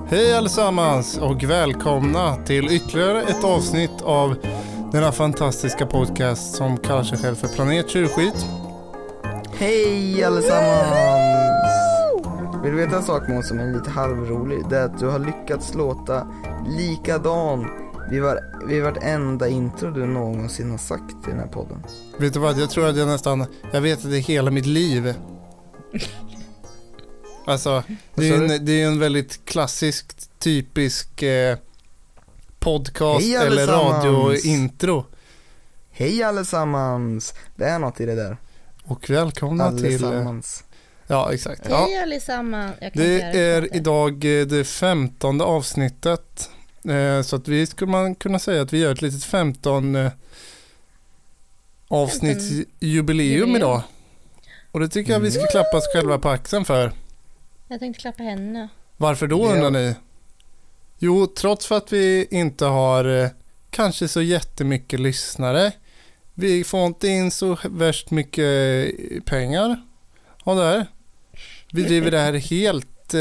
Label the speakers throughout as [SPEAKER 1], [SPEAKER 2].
[SPEAKER 1] Hej allesammans och välkomna till ytterligare ett avsnitt av denna fantastiska podcast som kallar sig själv för Planet Tjurskit.
[SPEAKER 2] Hej allesammans! Vill du veta en sak, Måns, som är lite halvrolig? Det är att du har lyckats låta likadan vid vartenda intro du någonsin har sagt i den här podden.
[SPEAKER 1] Vet du vad, jag tror att jag vet det hela mitt liv. Alltså, det är en väldigt klassisk, typisk podcast eller radiointro.
[SPEAKER 2] Hej allesammans! Det är något i det där.
[SPEAKER 1] Och välkomna allesammans. Till... Ja, exakt.
[SPEAKER 3] Hej allesammans!
[SPEAKER 1] Det är idag det 15:e avsnittet. Så att vi skulle man kunna säga att vi gör ett litet 15 avsnittsjubileum idag. Och det tycker jag vi ska klappa oss själva på axeln för.
[SPEAKER 3] Jag tänkte klappa henne.
[SPEAKER 1] Varför då, undrar ni? Jo, trots för att vi inte har kanske så jättemycket lyssnare. Vi får inte in så värst mycket pengar. Ja, där. Vi driver det här helt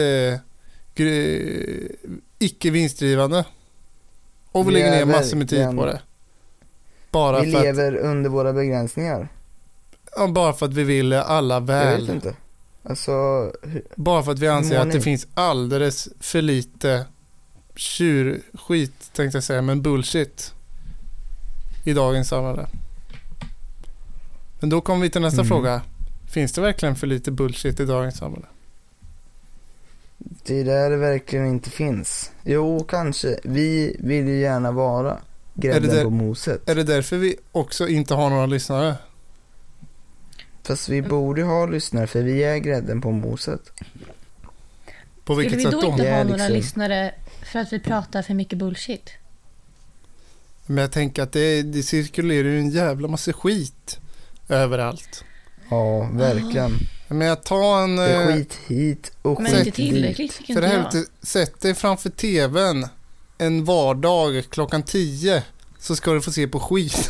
[SPEAKER 1] icke vinstdrivande. Och vi lägger ner massor med tid på det.
[SPEAKER 2] Vi lever under våra begränsningar.
[SPEAKER 1] Ja, bara för att vi vill alla väl.
[SPEAKER 2] Jag vet inte. Alltså,
[SPEAKER 1] bara för att vi anser att det finns alldeles för lite tjurskit, tänkte jag säga, men bullshit i dagens samhälle. Men då kommer vi till nästa fråga. Finns det verkligen för lite bullshit i dagens samhälle?
[SPEAKER 2] Det är där det verkligen inte finns. Jo, kanske. Vi vill ju gärna vara grädden på moset.
[SPEAKER 1] Är det därför vi också inte har några lyssnare?
[SPEAKER 2] Fast vi borde ha lyssnare, för vi är grädden på moset.
[SPEAKER 1] På vilket sätt då?
[SPEAKER 3] Skulle vi då inte ha några lyssnare för att vi pratar för mycket bullshit?
[SPEAKER 1] Men jag tänker att det cirkulerar ju en jävla massa skit överallt.
[SPEAKER 2] Ja, verkligen.
[SPEAKER 1] Men jag tar en...
[SPEAKER 2] Det är skit hit och
[SPEAKER 3] men
[SPEAKER 2] skit
[SPEAKER 3] inte tillräckligt,
[SPEAKER 2] dit.
[SPEAKER 3] För
[SPEAKER 1] det här, sätt dig framför tvn en vardag klockan 10, så ska du få se på skit.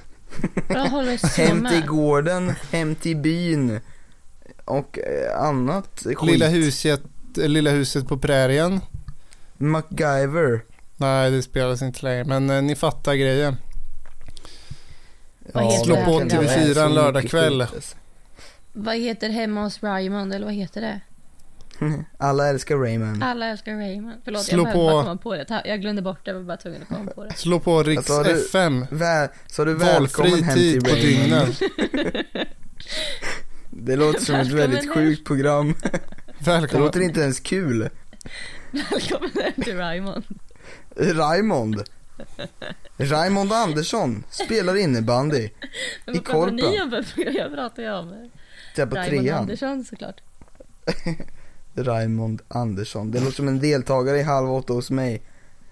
[SPEAKER 2] Hem till gården, hem till byn och annat skit.
[SPEAKER 1] Lilla huset på prärien.
[SPEAKER 2] MacGyver.
[SPEAKER 1] Nej, det spelas inte längre, men ni fattar grejen.
[SPEAKER 3] Slå
[SPEAKER 1] på TV4 en lördagkväll.
[SPEAKER 3] Vad heter Hemma hos Raymond, eller vad heter det?
[SPEAKER 2] Alla älskar Raymond.
[SPEAKER 3] Alla älskar Raymond. Förlåt, jag behöver bara komma på det. Jag glömde bort det, jag var bara tvungen att komma på det.
[SPEAKER 1] Slå på Riks FM.
[SPEAKER 2] Så du välkommen hem till Raymond. Det låter som ett väldigt sjukt program.
[SPEAKER 1] Välkommen.
[SPEAKER 2] Det låter inte ens kul.
[SPEAKER 3] Välkommen hem till Raymond.
[SPEAKER 2] Raymond Andersson spelar innebandy i Korpen.
[SPEAKER 3] Jag pratar ju om
[SPEAKER 2] Raymond
[SPEAKER 3] Andersson, såklart.
[SPEAKER 2] Raymond Andersson. Det låter som en deltagare i Halv 8 hos mig.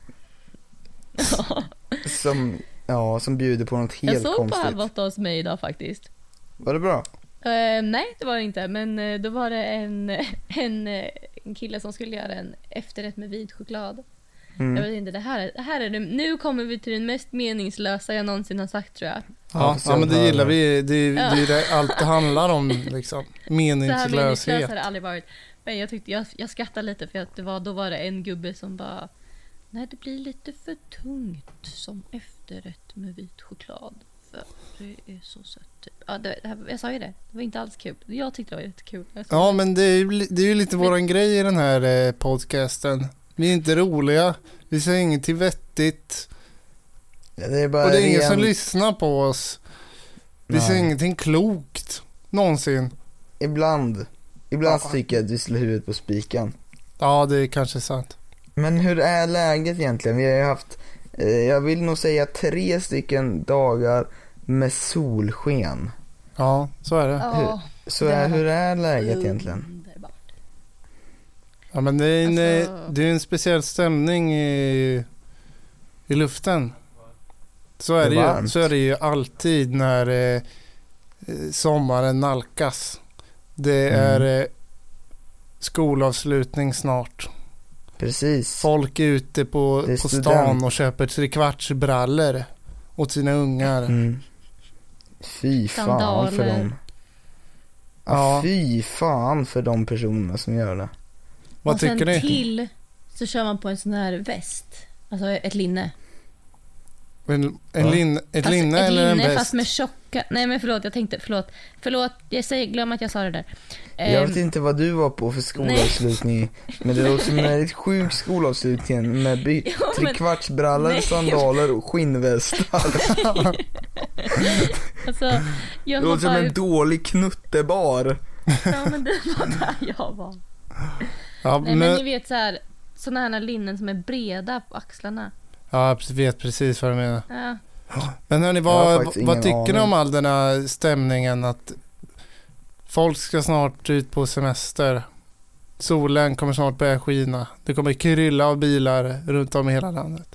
[SPEAKER 2] Som bjuder på något helt konstigt.
[SPEAKER 3] Jag såg på Halv 8 hos mig idag faktiskt.
[SPEAKER 2] Var det bra?
[SPEAKER 3] Nej, det var det inte. Men då var det en kille som skulle göra en efterrätt med vit choklad. Jag vet inte, det här är det. Nu kommer vi till den mest meningslösa jag någonsin har sagt, tror jag.
[SPEAKER 1] Ja, men det gillar vi. Det är allt det handlar om, liksom. Meningslöshet. Så här meningslös har det aldrig varit. Men jag tyckte, jag skrattade lite, för att då var det en gubbe som bara: nej, det blir lite för tungt som efterrätt med vit choklad, för det är så sött typ. Ja, jag sa ju det. Det var inte alls kul. Jag tyckte det var jättekul. Ja, men det är ju lite våran grej i den här podcasten. Vi är inte roliga. Vi säger ingenting vettigt.
[SPEAKER 2] Ja, det är bara
[SPEAKER 1] och det är ingen som lyssnar på oss. Vi säger ingenting klokt. Någonsin.
[SPEAKER 2] Ibland tycker jag att vi slår huvudet på spiken.
[SPEAKER 1] Ja, det är kanske sant.
[SPEAKER 2] Men hur är läget egentligen? Vi har ju haft, jag vill nog säga 3 stycken dagar med solsken.
[SPEAKER 1] Ja, så är det.
[SPEAKER 3] Ja,
[SPEAKER 2] hur är läget egentligen?
[SPEAKER 1] Ja, men det är en speciell stämning i luften. Så är det ju alltid när sommaren nalkas. Det är skolavslutning snart.
[SPEAKER 2] Precis.
[SPEAKER 1] Folk är ute på stan och köper 3/4-brallor åt sina ungar.
[SPEAKER 2] Fy fan för dem. Ja, fy fan för de personerna som gör det.
[SPEAKER 1] Vad tycker ni?
[SPEAKER 3] Till så kör man på en sån här väst. Alltså ett linne.
[SPEAKER 1] Ett linne eller en väst?
[SPEAKER 3] Fast med tjocka... Nej men förlåt, glöm att jag sa det där.
[SPEAKER 2] Jag vet inte vad du var på för skolavslutning. Men det låter som en sjuk skolavslutning med trekvartsbrallor, sandaler och skinnvästar.
[SPEAKER 3] Alltså,
[SPEAKER 2] det låter som en dålig knuttebar.
[SPEAKER 3] Ja men det var där jag var.
[SPEAKER 1] Ja,
[SPEAKER 3] nej men ni vet så här, såna här linnen som är breda på axlarna.
[SPEAKER 1] Ja, jag vet precis vad du menar.
[SPEAKER 3] Ja.
[SPEAKER 1] Men hörni, vad tycker ni om all den här stämningen att folk ska snart ut på semester? Solen kommer snart börja skina. Det kommer krylla av bilar runt om i hela landet.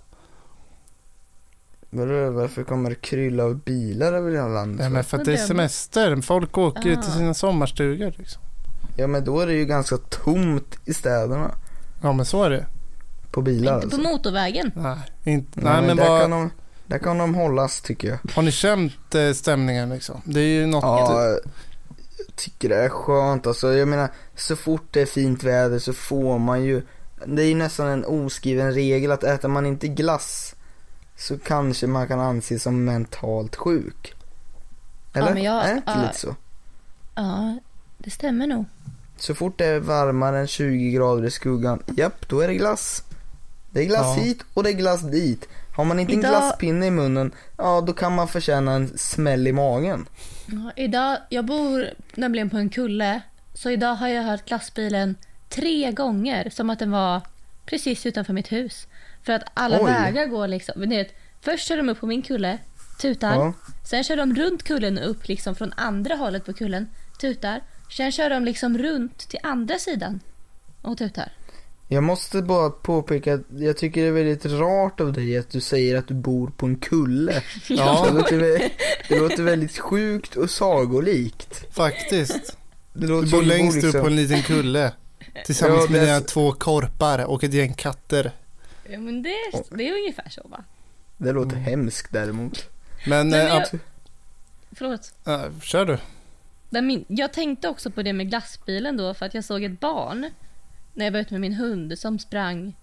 [SPEAKER 2] Varför kommer det krylla av bilar över hela landet?
[SPEAKER 1] Nej, men för att det är semester. Folk åker ut till sina sommarstugor liksom.
[SPEAKER 2] Ja, men då är det ju ganska tomt i städerna.
[SPEAKER 1] Ja, men så är det.
[SPEAKER 2] På bilar
[SPEAKER 3] inte
[SPEAKER 2] alltså.
[SPEAKER 3] På motorvägen.
[SPEAKER 1] Nej,
[SPEAKER 2] men där kan de hållas tycker jag.
[SPEAKER 1] Har ni känt stämningen liksom? Det är ju något...
[SPEAKER 2] Ja, jag tycker det är skönt. Alltså, jag menar, så fort det är fint väder så får man ju... Det är ju nästan en oskriven regel att äter man inte glass så kanske man kan anses som mentalt sjuk. Eller?
[SPEAKER 3] Ja, men
[SPEAKER 2] är det inte lite så?
[SPEAKER 3] Ja, det stämmer nog.
[SPEAKER 2] Så fort det är varmare än 20 grader i skuggan, japp, då är det glass. Det är glass hit och det är glass dit. Har man inte en glasspinne i munnen, ja då kan man förtjäna en smäll i magen.
[SPEAKER 3] Ja, jag bor nämligen på en kulle, så idag har jag hört glassbilen 3 gånger som att den var precis utanför mitt hus. För att alla vägar går liksom, men vet, först kör de upp på min kulle, tutar. Sen kör de runt kullen upp liksom från andra hållet på kullen, tutar. Sen kör de liksom runt till andra sidan och tutar.
[SPEAKER 2] Jag måste bara påpeka att jag tycker det är väldigt rart av dig att du säger att du bor på en kulle. Ja. Det låter väldigt sjukt och sagolikt.
[SPEAKER 1] Faktiskt.
[SPEAKER 2] Du
[SPEAKER 1] bor längst upp på en liten kulle tillsammans med dina 2 korpar och ett gäng katter.
[SPEAKER 3] Ja, men det är ungefär så, va?
[SPEAKER 2] Det låter hemskt däremot.
[SPEAKER 1] Men
[SPEAKER 3] förlåt.
[SPEAKER 1] Kör du.
[SPEAKER 3] Jag tänkte också på det med glassbilen då, för att jag såg ett barn när jag var ute med min hund som sprang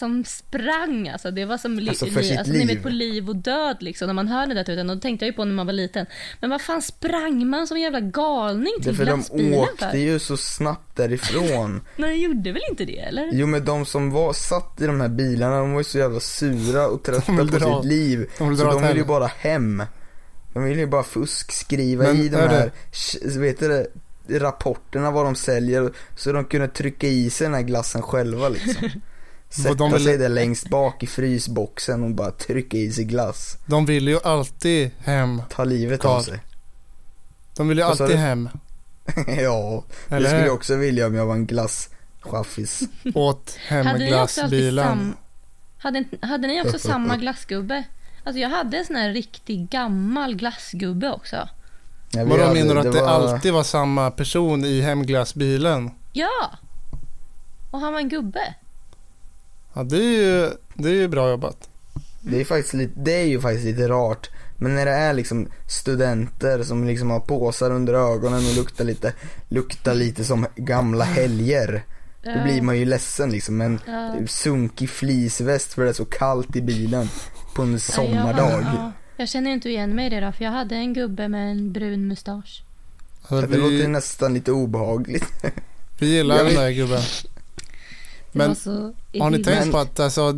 [SPEAKER 3] alltså det var som ni vet på liv och död liksom, när man hör det där tutan, och då tänkte jag ju på när man var liten. Men vad fan sprang man som en jävla galning till glassbilen?
[SPEAKER 2] De åkte ju så snabbt därifrån.
[SPEAKER 3] Nej, gjorde väl inte det, eller?
[SPEAKER 2] Jo, men de som satt i de här bilarna, de var ju så jävla sura och trötta på sitt liv. Så de ville ju bara hem. De vill ju bara skriva i de här vet du, rapporterna vad de säljer, så de kunde trycka i sig den här glassen själva liksom. Sätta sig där längst bak i frysboxen och bara trycka i sig glass.
[SPEAKER 1] De vill ju alltid hem.
[SPEAKER 2] Ta livet av sig.
[SPEAKER 1] De vill ju alltid hem.
[SPEAKER 2] Ja, det skulle jag också vilja om jag var en glasschaffis.
[SPEAKER 1] Åt hem glassbilen.
[SPEAKER 3] Hade ni också samma glassgubbe? Alltså jag hade en sån här riktig gammal glassgubbe också.
[SPEAKER 1] Vadå, menar du att det alltid var samma person i hemglassbilen?
[SPEAKER 3] Ja. Och han var en gubbe.
[SPEAKER 1] Ja, det är ju bra jobbat.
[SPEAKER 2] Det är ju faktiskt lite rart. Men när det är liksom studenter som liksom har påsar under ögonen och luktar lite som gamla helger, då blir man ju ledsen liksom. En sunkig fleeceväst för det är så kallt i bilen på en sommardag.
[SPEAKER 3] Jag känner inte igen mig i det då, för jag hade en gubbe med en brun mustasch.
[SPEAKER 2] Det låter nästan lite obehagligt.
[SPEAKER 1] Vi gillar den där gubben. Men har ni tänkt på att alltså,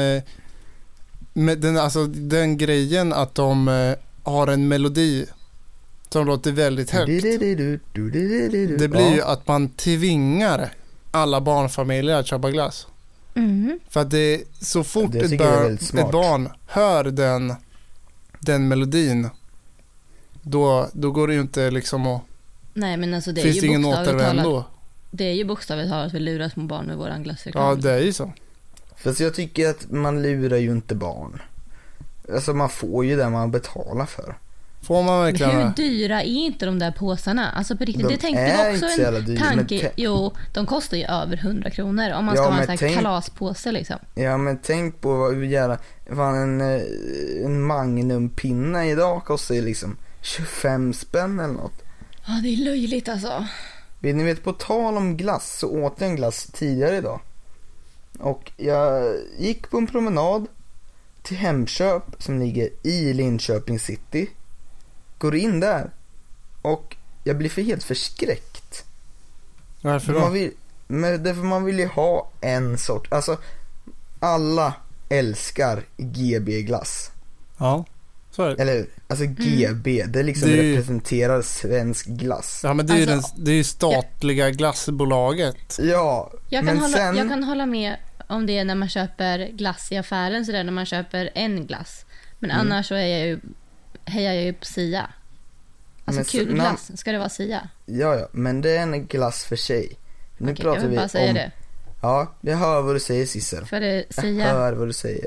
[SPEAKER 1] den grejen att de har en melodi som låter väldigt högt, det blir ju att man tvingar alla barnfamiljer att köpa glass. För att det så fort ett barn hör den melodin, då går det ju inte liksom att...
[SPEAKER 3] Nej, men alltså det
[SPEAKER 1] finns
[SPEAKER 3] är ju
[SPEAKER 1] ingen återvändo.
[SPEAKER 3] Det är ju bokstavligt talat att vi lurar små barn med våran glassreklam.
[SPEAKER 1] Ja, det är ju så.
[SPEAKER 2] Fast jag tycker att man lurar ju inte barn. Alltså man får ju det man betalar för.
[SPEAKER 1] Får man verkligen?
[SPEAKER 3] Men hur dyra är inte de där påsarna? Alltså på riktigt, det tänkte jag också en tanke. Jo, de kostar ju över 100 kronor om man ska ha en sån här kalaspåse liksom.
[SPEAKER 2] Ja, men tänk på hur jävla... en magnumpinne idag kostar ju liksom 25 spänn eller något.
[SPEAKER 3] Ja, det är löjligt alltså.
[SPEAKER 2] Ni vet, på tal om glass så åt jag en glass tidigare idag. Och jag gick på en promenad till Hemköp som ligger i Linköping city. Går in där och jag blir helt förskräckt.
[SPEAKER 1] Varför då?
[SPEAKER 2] Därför man vill ju ha en sort. Alltså alla älskar GB-glass.
[SPEAKER 1] Ja, så är det.
[SPEAKER 2] Eller alltså GB, det liksom representerar svensk glass.
[SPEAKER 1] Ja, men det är alltså, det är ju statliga glassbolaget.
[SPEAKER 2] Ja,
[SPEAKER 3] jag kan hålla med om det när man köper glass i affären, så där när man köper en glass. Men annars så hejar jag ju på Sia. Alltså kul glass, ska det vara Sia?
[SPEAKER 2] Ja, men det är en glass för sig. Nu pratar
[SPEAKER 3] jag vill bara säga det.
[SPEAKER 2] Ja, jag hör vad du säger, Sissel.
[SPEAKER 3] För det Sia.
[SPEAKER 2] Jag hör vad du säger.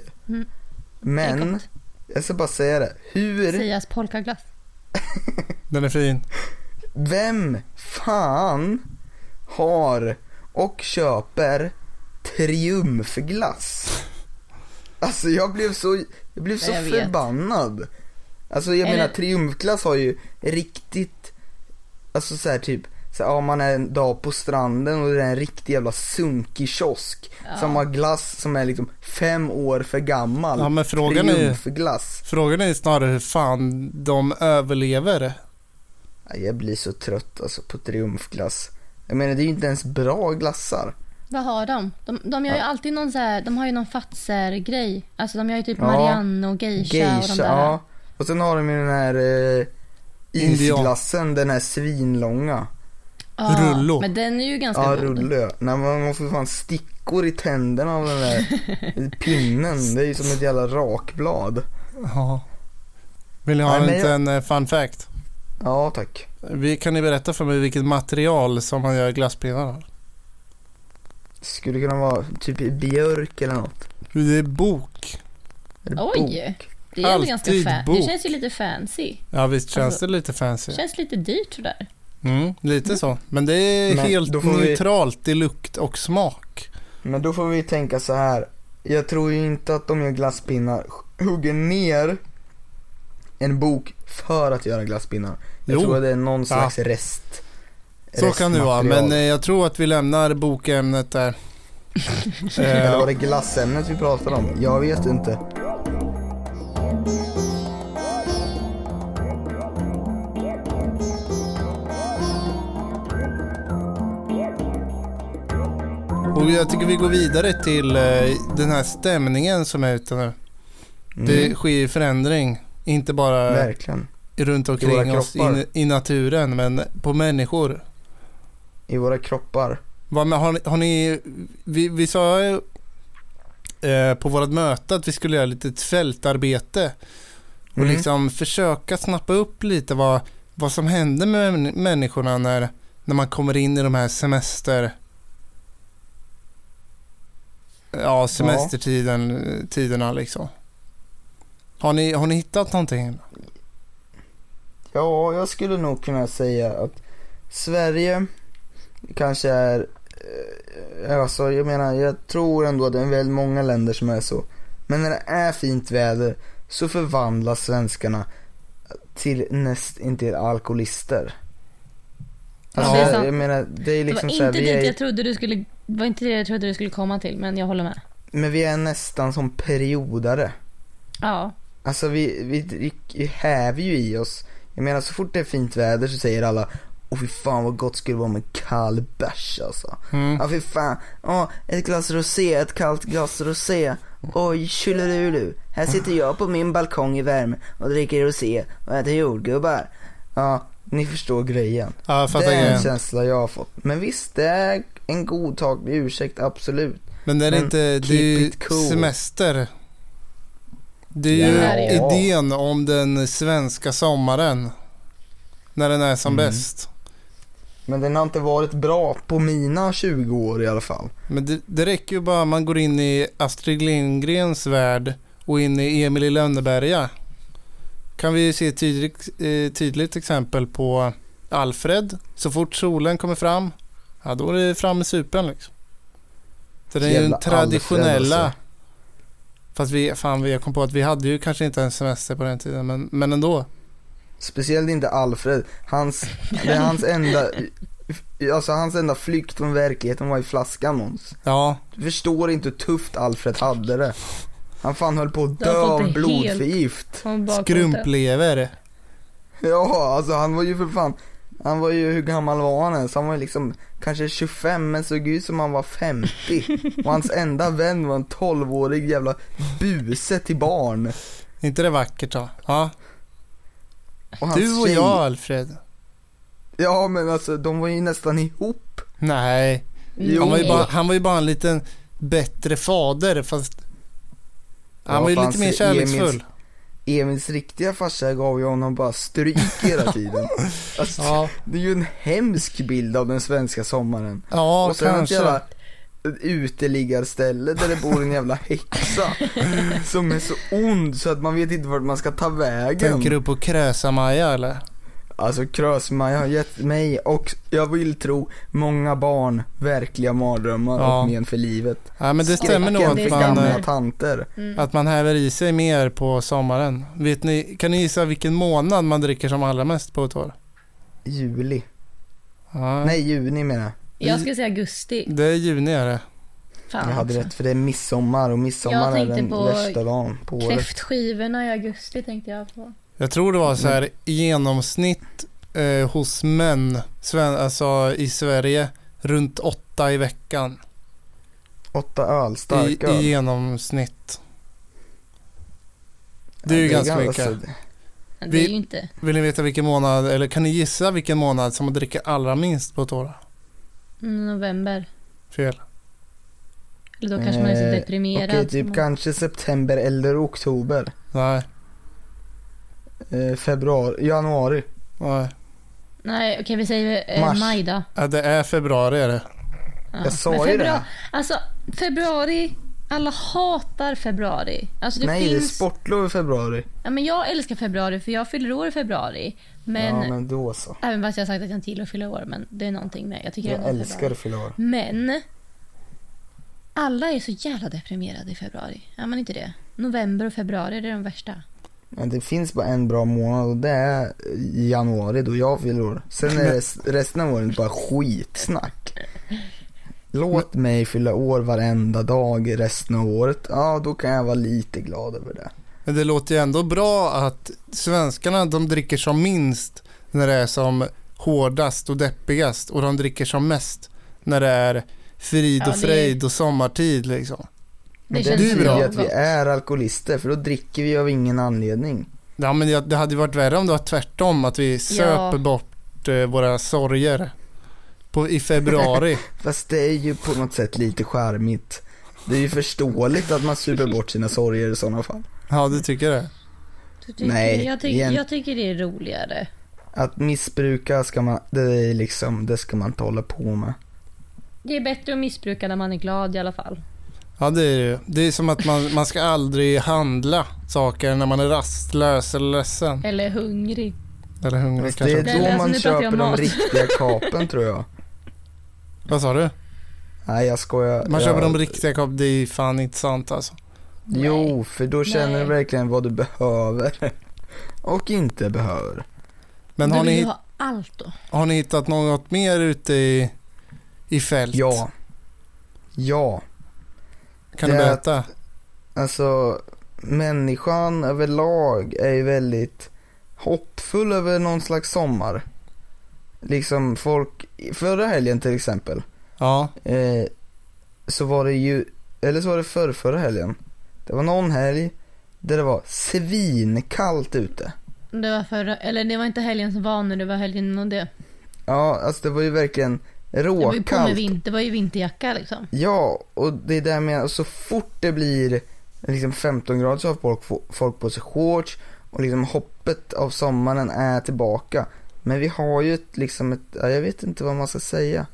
[SPEAKER 2] Men jag ska bara säga det.
[SPEAKER 3] Sias polkaglass.
[SPEAKER 1] Den är fin.
[SPEAKER 2] Vem fan har och köper Triumfglass? Alltså jag blev så förbannad. Alltså jag menar, Triumfglass har ju riktigt, alltså så här typ så man är en dag på stranden och det är en riktig jävla sunkig kiosk som har glass som är liksom 5 år för gammal.
[SPEAKER 1] Ja, men frågan är snarare hur fan de överlever.
[SPEAKER 2] Jag blir så trött alltså på Triumfglass. Jag menar, det är ju inte ens bra glassar.
[SPEAKER 3] Vad har de? De gör ju alltid någon så här, de har ju någon fatser-grej. Alltså de gör ju typ Marianne och Geisha och de där. Ja.
[SPEAKER 2] Och sen har de ju den här isglassen, den här svinlånga.
[SPEAKER 1] Rullo.
[SPEAKER 3] Men den är ju ganska god.
[SPEAKER 2] Rullo, ja. När man får fan stickor i tänderna av den där pinnen. Det är ju som ett jävla rakblad.
[SPEAKER 1] Ja. Vill ni ha en fun fact?
[SPEAKER 2] Ja, tack.
[SPEAKER 1] Kan ni berätta för mig vilket material som man gör glasspinnar av?
[SPEAKER 2] Skulle kunna vara typ björk eller något.
[SPEAKER 1] Det är bok.
[SPEAKER 3] Oj, det är ändå ganska det känns ju lite fancy.
[SPEAKER 1] Ja, visst känns det lite fancy.
[SPEAKER 3] Det känns lite dyrt sådär.
[SPEAKER 1] Lite så. Men det är helt neutralt i lukt och smak.
[SPEAKER 2] Men då får vi tänka så här. Jag tror ju inte att de gör glasspinnar hugger ner en bok för att göra glasspinnar. Jag tror att det är någon slags rest.
[SPEAKER 1] Så kan det vara, men jag tror att vi lämnar bokämnet där.
[SPEAKER 2] Eller var det glassämnet vi pratade om? Jag vet inte.
[SPEAKER 1] Och jag tycker vi går vidare till den här stämningen som är ute nu. Det sker förändring, inte bara
[SPEAKER 2] verkligen
[SPEAKER 1] runt omkring oss i naturen, men på människor.
[SPEAKER 2] I våra kroppar.
[SPEAKER 1] Har ni vi sa på vårt möte att vi skulle göra lite fältarbete och liksom försöka snappa upp lite vad som händer med människorna när man kommer in i de här semestertiderna liksom. Har ni hittat någonting?
[SPEAKER 2] Ja, jag skulle nog kunna säga att Sverige kanske är alltså jag menar, jag tror ändå att det är väldigt många länder som är så. Men när det är fint väder så förvandlas svenskarna till nästintill alkoholister. Alltså, jag menar, det är liksom
[SPEAKER 3] det var inte det jag trodde du skulle komma till, men jag håller med.
[SPEAKER 2] Men vi är nästan som periodare.
[SPEAKER 3] Ja.
[SPEAKER 2] Alltså vi häver ju i oss. Jag menar, så fort det är fint väder så säger alla: åh fy fan vad gott skulle vara med kall bärs alltså. Ja fy fan, ett glas rosé, ett kallt glas rosé. Oj, tjullerulu. Här sitter jag på min balkong i värme och dricker rosé och äter jordgubbar. Ja, ni förstår grejen.
[SPEAKER 1] Ja,
[SPEAKER 2] det är en känsla jag har fått. Men visst, det är en godtaglig ursäkt, absolut.
[SPEAKER 1] Men det är inte, det är ju semester. Det är ju idén om den svenska sommaren när den är som bäst.
[SPEAKER 2] Men den har inte varit bra på mina 20 år i alla fall.
[SPEAKER 1] Men det räcker ju bara man går in i Astrid Lindgrens värld och in i Emil i Lönneberga. Kan vi se tydligt exempel på Alfred. Så fort solen kommer fram, ja då är det fram med supen liksom. Så det är ju en traditionella Alfred, alltså. Fast vi kom på att vi hade ju kanske inte en semester på den tiden, men ändå.
[SPEAKER 2] Speciellt inte Alfred. Det är hans enda Alltså hans enda flykt från verkligheten var i flaskan, Måns.
[SPEAKER 1] Ja.
[SPEAKER 2] Du förstår inte hur tufft Alfred hade det. Han fan höll på att dö av blodförgift.
[SPEAKER 1] Skrumplever.
[SPEAKER 2] Ja, alltså han var ju för fan. Han var ju, hur gammal var han ens? Han var ju liksom kanske 25, men såg ut som han var 50. Och hans enda vän var en 12-årig jävla buse till barn.
[SPEAKER 1] Inte det vackert då? Ja.
[SPEAKER 2] Och
[SPEAKER 1] du och jag, Alfred.
[SPEAKER 2] Ja, men alltså de var ju nästan ihop.
[SPEAKER 1] Nej. Han var ju bara en liten bättre fader, fast han var ju lite mer kärleksfull.
[SPEAKER 2] Emils riktiga farsa gav ju honom bara stryk hela tiden. Alltså, ja. Det är ju en hemsk bild av den svenska sommaren.
[SPEAKER 1] Ja,
[SPEAKER 2] och sen
[SPEAKER 1] kanske.
[SPEAKER 2] Ett jävla uteliggarställe där det bor en jävla häxa som är så ond så att man vet inte vart man ska ta vägen.
[SPEAKER 1] Tänker du på Krösa-Maja eller?
[SPEAKER 2] Alltså Krösa-Maja har gett mig och jag vill tro många barn verkliga mardrömmar och men för livet.
[SPEAKER 1] Ja, men det stämmer nog
[SPEAKER 2] att
[SPEAKER 1] man häver i sig mer på sommaren. Vet ni, kan ni gissa vilken månad man dricker som allra mest på ett år?
[SPEAKER 2] Juli.
[SPEAKER 1] Ja.
[SPEAKER 2] Nej, juni menar jag.
[SPEAKER 3] Jag ska säga augusti.
[SPEAKER 1] Det är juni är det.
[SPEAKER 2] Fan, jag hade rätt, för det är midsommar och midsommar är den värsta dagen på året.
[SPEAKER 3] Kräftskivorna i augusti tänkte jag på.
[SPEAKER 1] Jag tror det var så här i genomsnitt hos män alltså i Sverige runt 8 i veckan.
[SPEAKER 2] 8 öl, starka
[SPEAKER 1] i genomsnitt. Det är ju ganska mycket.
[SPEAKER 3] Det är ju inte.
[SPEAKER 1] Vill ni veta vilken månad, eller kan ni gissa vilken månad som man dricker allra minst på ett år?
[SPEAKER 3] November.
[SPEAKER 1] Fel.
[SPEAKER 3] Eller då kanske man är så deprimerad.
[SPEAKER 2] Okej, typ kanske september eller oktober.
[SPEAKER 1] Nej.
[SPEAKER 2] Februari, januari.
[SPEAKER 3] Nej, okej, vi säger maj då.
[SPEAKER 1] Ja, det är februari är det.
[SPEAKER 3] Ja.
[SPEAKER 2] Jag sa ju det.
[SPEAKER 3] Alltså, februari, alla hatar februari. Alltså,
[SPEAKER 2] det är sportlov i februari.
[SPEAKER 3] Ja, men jag älskar februari för jag fyller år i februari. Men,
[SPEAKER 2] ja, men då så.
[SPEAKER 3] Även fast jag har sagt att jag inte gillar att fylla år, men det är någonting med. Jag
[SPEAKER 2] älskar att fylla år.
[SPEAKER 3] Men alla är så jävla deprimerade i februari. Är man inte det? November och februari är de värsta.
[SPEAKER 2] Men det finns bara en bra månad och det är januari då jag fyller år. Sen är resten av året bara skitsnack. Låt mig fylla år varenda dag resten av året. Ja, då kan jag vara lite glad över det.
[SPEAKER 1] Men det låter ju ändå bra att svenskarna, de dricker som minst när det är som hårdast och deppigast. Och de dricker som mest när det är frid och fröjd och sommartid liksom.
[SPEAKER 2] Men det betyder ju att vi är alkoholister, för då dricker vi av ingen anledning.
[SPEAKER 1] Ja, men det hade ju varit värre om det var tvärtom, att vi söper bort våra sorger i februari.
[SPEAKER 2] Fast det är ju på något sätt lite charmigt. Det är ju förståeligt att man super bort sina sorger i sådana fall.
[SPEAKER 1] Ja, du tycker det?
[SPEAKER 2] Nej,
[SPEAKER 3] jag tycker det är roligare.
[SPEAKER 2] Att missbruka ska man, det ska man inte hålla på med.
[SPEAKER 3] Det är bättre att missbruka när man är glad i alla fall.
[SPEAKER 1] Ja, det är det. Det är som att man ska aldrig handla saker när man är rastlös eller ledsen.
[SPEAKER 3] Eller hungrig.
[SPEAKER 1] Eller hungrig
[SPEAKER 2] kanske. Det är då man köper de riktiga kapen, tror jag.
[SPEAKER 1] Vad sa du?
[SPEAKER 2] Nej, jag skojar.
[SPEAKER 1] Man köper de riktiga kapen, det är fan inte sant alltså.
[SPEAKER 2] Jo, för då känner du verkligen vad du behöver och inte behöver.
[SPEAKER 1] Men
[SPEAKER 3] har ni ha allt då?
[SPEAKER 1] Har ni hittat något mer ute i fält?
[SPEAKER 2] Ja.
[SPEAKER 1] Kan du berätta?
[SPEAKER 2] Alltså, människan överlag är ju väldigt hoppfull över någon slags sommar. Liksom folk, förra helgen till exempel.
[SPEAKER 1] Ja.
[SPEAKER 2] Så var det ju, eller så var det förra helgen. Det var någon helg där det var svinkallt ute.
[SPEAKER 3] Det var det var inte helgen som var nu, det var helgen och det.
[SPEAKER 2] Ja, alltså det var ju verkligen råkallt.
[SPEAKER 3] Det var ju vinterjacka liksom.
[SPEAKER 2] Ja, och det är där med, så fort det blir liksom 15 grader så har folk på sig shorts och liksom hoppet av sommaren är tillbaka. Men vi har ju jag vet inte vad man ska säga.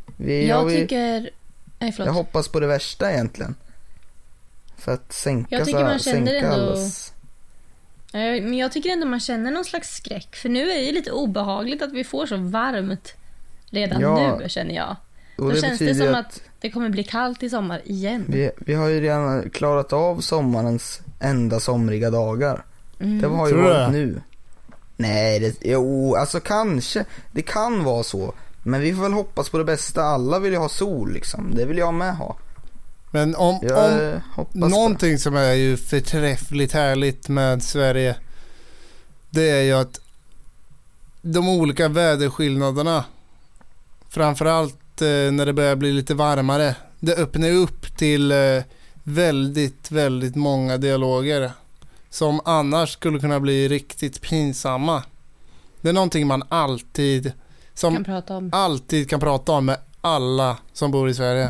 [SPEAKER 2] Jag hoppas på det värsta egentligen. För att sänka allas.
[SPEAKER 3] Men jag tycker ändå man känner någon slags skräck. För nu är det lite obehagligt att vi får så varmt redan nu, känner jag. Då känns det som att det kommer bli kallt i sommar igen.
[SPEAKER 2] Vi har ju redan klarat av sommarens enda somriga dagar. Det har ju varit nu. Nej, alltså kanske. Det kan vara så. Men vi får väl hoppas på det bästa. Alla vill ju ha sol liksom. Det vill jag med ha.
[SPEAKER 1] Men om någonting som är ju förträffligt härligt med Sverige, det är ju att de olika väderskillnaderna, framförallt när det börjar bli lite varmare, det öppnar upp till väldigt, väldigt många dialoger som annars skulle kunna bli riktigt pinsamma. Det är någonting man alltid kan prata om med alla som bor i Sverige.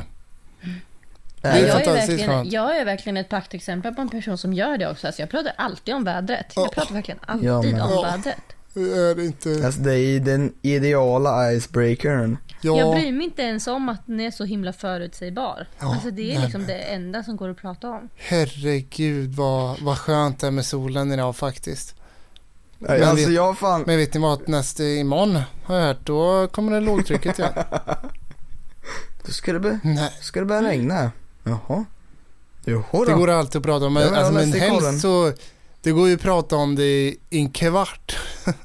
[SPEAKER 3] Jag är verkligen ett praktexempel på en person som gör det också. Alltså jag pratar alltid om vädret. Jag pratar verkligen alltid om vädret.
[SPEAKER 2] Är det inte? Alltså det är den ideala icebreakern.
[SPEAKER 3] Ja. Jag bryr mig inte ens om att den är så himla förutsägbar. Alltså det är liksom det enda som går att prata om.
[SPEAKER 1] Herregud, vad skönt det är med solen idag faktiskt.
[SPEAKER 2] Men, alltså
[SPEAKER 1] men vet ni vad, imorgon har jag hört, då kommer det lågtrycket igen.
[SPEAKER 2] Då ska det börja regna. Jaha.
[SPEAKER 1] Det går alltid att prata om. Men helst så det går ju att prata om det i en kvart.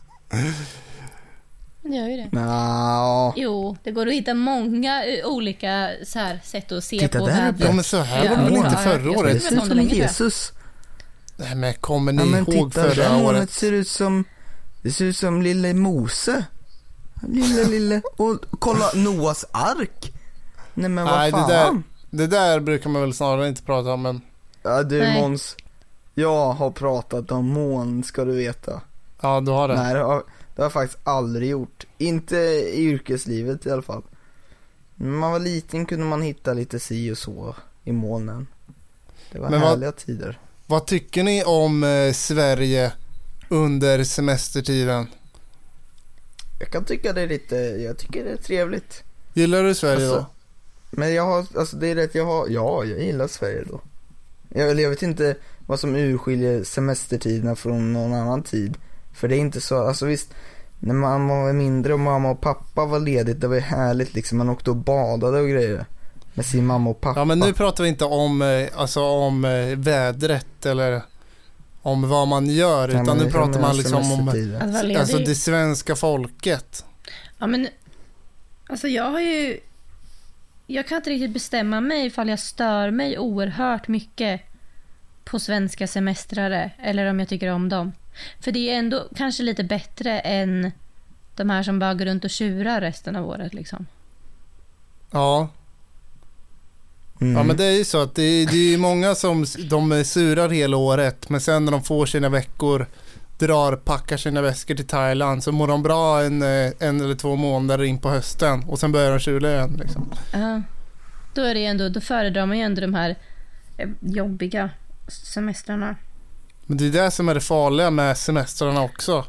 [SPEAKER 3] Det gör ju det.
[SPEAKER 2] No.
[SPEAKER 3] Jo, det går att hitta många olika så här sätt att se på vädret.
[SPEAKER 1] Ja, men så här var det väl inte förra året.
[SPEAKER 2] Det ser ut som Jesus.
[SPEAKER 1] Nej, men kommer ni ihåg förra året?
[SPEAKER 2] Det ser ut som lille Mose. Lille. Och kolla Noas ark. Nej, men vad fan?
[SPEAKER 1] Det där brukar man väl snarare inte prata om, men...
[SPEAKER 2] Ja, du Måns. Jag har pratat om moln, ska du veta.
[SPEAKER 1] Ja, du har det.
[SPEAKER 2] Nej, det har jag faktiskt aldrig gjort. Inte i yrkeslivet i alla fall. När man var liten kunde man hitta lite si och så i molnen. Det var härliga tider.
[SPEAKER 1] Vad tycker ni om Sverige under semestertiden?
[SPEAKER 2] Jag kan tycka det är lite... Jag tycker det är trevligt.
[SPEAKER 1] Gillar du Sverige då?
[SPEAKER 2] Men jag har... Alltså det är rätt jag har... Ja, jag gillar Sverige då. Jag vet inte vad som urskiljer semestertiderna från någon annan tid. För det är inte så... Alltså visst, när man var mindre och mamma och pappa var ledigt, det var ju härligt liksom. Man åkte och badade och grejer med sin mamma och pappa.
[SPEAKER 1] Ja, men nu pratar vi inte om vädret eller om vad man gör, utan nu pratar man liksom om alltså det svenska folket.
[SPEAKER 3] Ja, men alltså jag kan inte riktigt bestämma mig ifall jag stör mig oerhört mycket på svenska semestrare eller om jag tycker om dem. För det är ändå kanske lite bättre än de här som bara går runt och tjurar resten av året liksom.
[SPEAKER 1] Ja. Ja, men det är ju så att det är många som de surar hela året, men sen när de får sina veckor packar sina väskor till Thailand, så mår de bra en eller 2 månader in på hösten och sen börjar de tjula igen liksom.
[SPEAKER 3] Då är det ändå, då föredrar man ju ändå de här jobbiga semestrarna.
[SPEAKER 1] Men det är det som är det farliga med semestrarna också.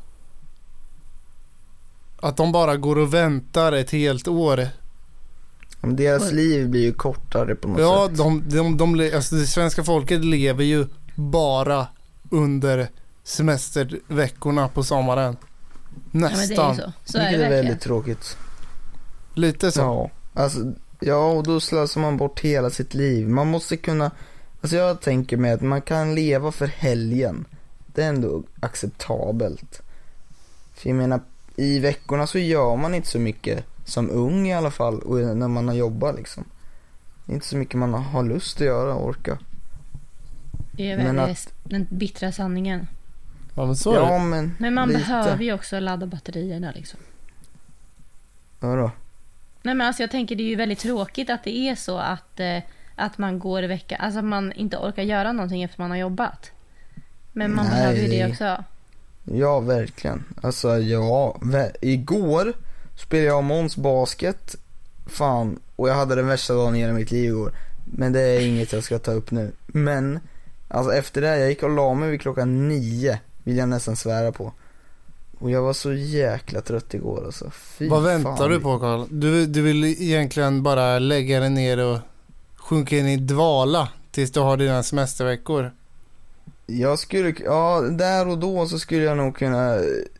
[SPEAKER 1] Att de bara går och väntar ett helt år.
[SPEAKER 2] Men deras liv blir ju kortare på något sätt.
[SPEAKER 1] Ja, alltså det svenska folket lever ju bara under semesterveckorna på sommaren. Nästan.
[SPEAKER 3] Ja, men det är ju så.
[SPEAKER 2] Det är väldigt tråkigt.
[SPEAKER 1] Lite så.
[SPEAKER 2] Ja, alltså, och då slösar man bort hela sitt liv. Man måste kunna... Alltså jag tänker mig att man kan leva för helgen. Det är ändå acceptabelt. För jag menar, i veckorna så gör man inte så mycket som ung i alla fall, och när man har jobbat liksom. Det är inte så mycket man har lust att göra och orka.
[SPEAKER 3] Det är väl den bittra sanningen.
[SPEAKER 1] Ja, men så är det.
[SPEAKER 3] Men man behöver ju också ladda batterierna liksom.
[SPEAKER 2] Ja då.
[SPEAKER 3] Nej, men alltså jag tänker det är ju väldigt tråkigt att det är så att man går i vecka, alltså att man inte orkar göra någonting efter man har jobbat. Men man behöver ju det också.
[SPEAKER 2] Ja, verkligen. Alltså igår spelade jag Måns basket. Fan, och jag hade den värsta dagen i mitt liv igår. Men det är inget jag ska ta upp nu. Men alltså efter det, jag gick och la mig vid 9:00, vill jag nästan svära på. Och jag var så jäkla trött igår alltså.
[SPEAKER 1] Vad väntar du på, Carl? Du vill egentligen bara lägga dig ner och sjunka in i dvala tills du har dina semesterveckor.
[SPEAKER 2] Jag skulle, där och då så skulle jag nog kunna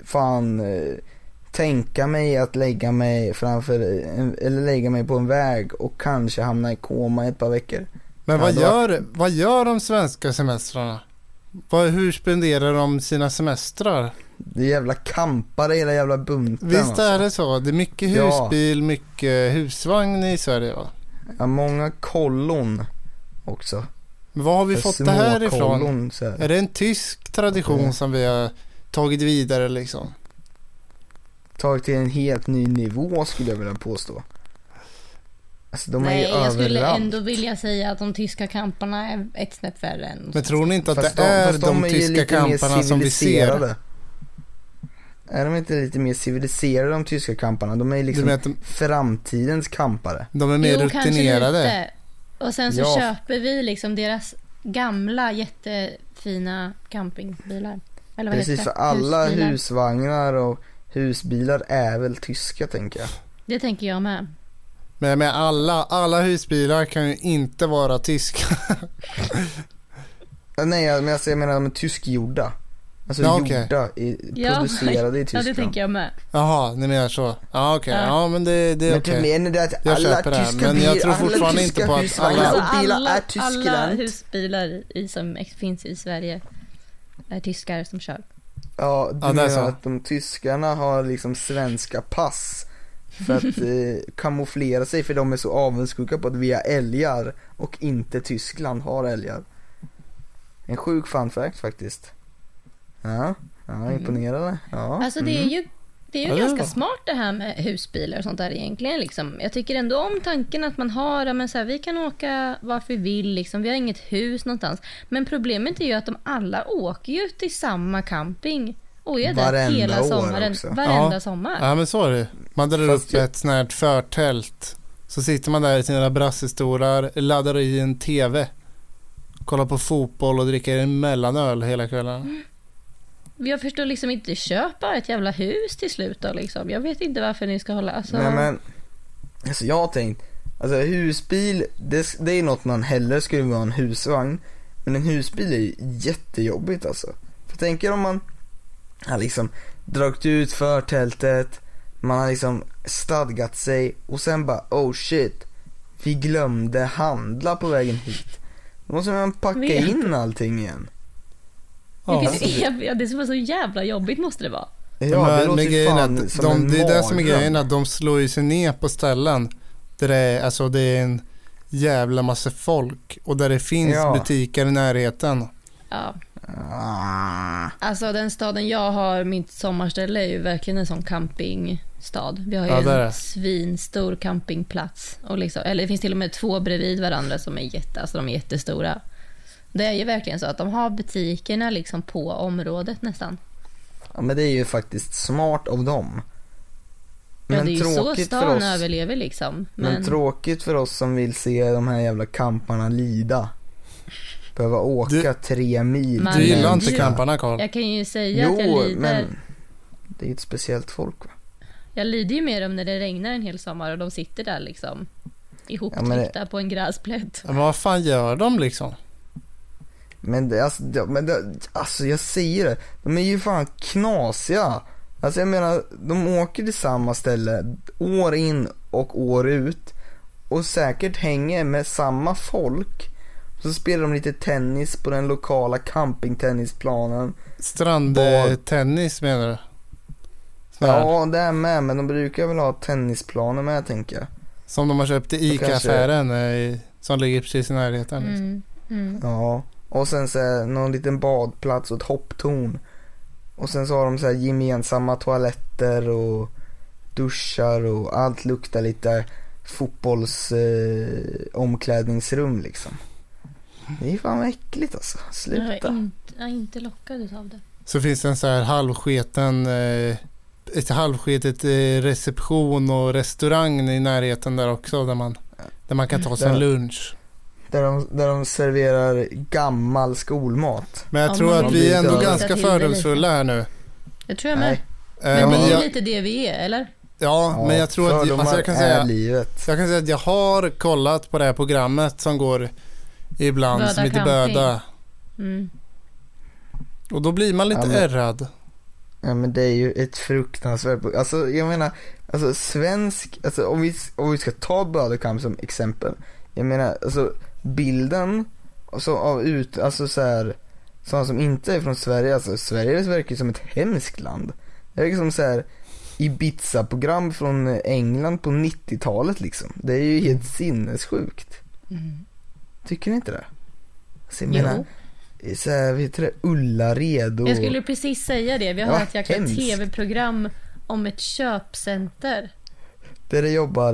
[SPEAKER 2] tänka mig att lägga mig lägga mig på en väg och kanske hamna i koma i ett par veckor.
[SPEAKER 1] Men vad gör de svenska semestrarna? Hur spenderar de sina semestrar?
[SPEAKER 2] Det är jävla kampare, hela jävla bunten.
[SPEAKER 1] Visst är det så? Det är mycket husbil, mycket husvagn i Sverige, va?
[SPEAKER 2] Ja, många kollon också.
[SPEAKER 1] Men vad har vi fått det här ifrån?
[SPEAKER 2] Kollon,
[SPEAKER 1] är det en tysk tradition som vi har tagit vidare liksom?
[SPEAKER 2] Tagit till en helt ny nivå skulle jag vilja påstå. Alltså, de är ju
[SPEAKER 3] jag skulle
[SPEAKER 2] överallt.
[SPEAKER 3] ändå vilja säga att de tyska kamparna är ett snäpp värre än.
[SPEAKER 1] Men tror ni inte att det är de tyska kamparna som vi ser?
[SPEAKER 2] Är de inte lite mer civiliserade, de tyska kamparna? De är liksom framtidens kampare.
[SPEAKER 1] De är mer rutinerade.
[SPEAKER 3] Och sen så köper vi liksom deras gamla jättefina campingbilar. Eller vad
[SPEAKER 2] precis,
[SPEAKER 3] heter det?
[SPEAKER 2] För alla husvagnar och husbilar är väl tyska, tänker jag.
[SPEAKER 3] Det tänker jag med.
[SPEAKER 1] Men alla husbilar kan ju inte vara tyska.
[SPEAKER 2] Nej, men jag menar de är tyskgjorda. Alltså gjorda, producerade i Tyskland.
[SPEAKER 3] Ja, det tänker jag med.
[SPEAKER 1] Jaha, ni menar så. Ja, okej. Ja, men det är okej.
[SPEAKER 2] Men du menar att
[SPEAKER 1] jag
[SPEAKER 2] alla
[SPEAKER 1] köper det.
[SPEAKER 2] tyska
[SPEAKER 1] Men jag tror fortfarande inte på att
[SPEAKER 3] alla husbilar som finns i Sverige är tyskar som kör.
[SPEAKER 2] Ja, du menar att de tyskarna har liksom svenska pass för att kamouflera sig, för de är så avundsjuka på att vi har älgar och inte Tyskland har älgar. En sjuk fun fact faktiskt. Ja, imponerande. Ja.
[SPEAKER 3] Alltså det är ju ganska smart det här med husbilar och sånt där egentligen liksom. Jag tycker ändå om tanken att man har, men så här, vi kan åka vart vi vill liksom. Vi har inget hus någonstans. Men problemet är ju att de alla åker ju till samma camping och är där hela sommaren. Varenda sommar.
[SPEAKER 1] Ja, men så är det. Man drar upp ett sånt här förtält. Så sitter man där i sina brassestolar, laddar i en tv, kollar på fotboll och dricker en mellanöl hela kvällen.
[SPEAKER 3] Jag förstår liksom inte, köpa ett jävla hus till slut då liksom. Jag vet inte varför ni ska hålla.
[SPEAKER 2] Nej, men alltså jag har tänkt, alltså husbil, det är något man hellre skulle vara en husvagn. Men en husbil är ju jättejobbigt alltså. För tänker om man har liksom dragit ut förtältet, man har liksom stadgat sig och sen bara, oh shit, vi glömde handla på vägen hit. Då måste man packa in allting igen.
[SPEAKER 3] Det som var så jävla jobbigt måste det vara.
[SPEAKER 2] Ja, det låter ju fan som
[SPEAKER 1] det är det som är grejen, att de slår ju sig ner på ställen där det är en jävla massa folk och där det finns butiker i närheten.
[SPEAKER 3] Ja. Alltså den staden jag har, mitt sommarställe är ju verkligen en sån campingstad. Vi har ju en svinstor campingplats och liksom, eller det finns till och med 2 bredvid varandra som är de är jättestora. Det är ju verkligen så att de har butikerna liksom på området nästan.
[SPEAKER 2] Ja, men det är ju faktiskt smart av dem.
[SPEAKER 3] Men ja, det är ju så stan överlever liksom.
[SPEAKER 2] Men tråkigt för oss som vill se de här jävla kamparna lida. Behöva åka 3 mil.
[SPEAKER 1] Du gillar inte kamparna, Carl.
[SPEAKER 3] Jag kan ju säga att jag lider. Men
[SPEAKER 2] det är ju ett speciellt folk, va?
[SPEAKER 3] Jag lider ju med dem när det regnar en hel sommar och de sitter där liksom ihoptryckta på en gräsplätt.
[SPEAKER 1] Men vad fan gör de liksom?
[SPEAKER 2] Men alltså jag säger det, de är ju fan knasiga. Alltså jag menar, de åker till samma ställe år in och år ut och säkert hänger med samma folk. Så spelar de lite tennis på den lokala campingtennisplanen.
[SPEAKER 1] Strandtennis menar du?
[SPEAKER 2] Ja, det är med, men de brukar väl ha tennisplaner med, tänker jag.
[SPEAKER 1] Som de har köpt i ICA-affären som ligger precis i närheten.
[SPEAKER 2] Ja. Och sen så är någon liten badplats och ett hopptorn. Och sen så har de så här gemensamma toaletter och duschar och allt luktar lite omklädningsrum liksom. Det är fan äckligt alltså. Sluta.
[SPEAKER 3] Jag är inte lockad av det.
[SPEAKER 1] Så finns det en så här halvsketet reception och restaurang i närheten där också där man kan ta sig en lunch.
[SPEAKER 2] Där de serverar gammal skolmat.
[SPEAKER 1] Men jag tror att vi är ändå ganska fördomsfulla här nu.
[SPEAKER 3] Jag tror jag med. Men det är lite det vi är, eller?
[SPEAKER 1] Ja, men jag tror att jag kan säga att jag har kollat på det här programmet som går ibland Böda som heter Böda. Och då blir man lite ärrad.
[SPEAKER 2] Ja, men det är ju ett fruktansvärt. Alltså jag menar, alltså svensk, alltså om vi ska ta Bödekamp som exempel. Jag menar, alltså bilden alltså så här sådana som inte är från Sverige, alltså Sverige verkar som ett hemskt land. Det är liksom så här Ibiza-program från England på 90-talet liksom. Det är ju helt sinnessjukt. Tycker ni inte det? Så jag menar, så här, vet du det, Ullared och...
[SPEAKER 3] Jag skulle precis säga det. Vi har ett jäkla tv-program om ett köpcenter.
[SPEAKER 2] Där det jobbar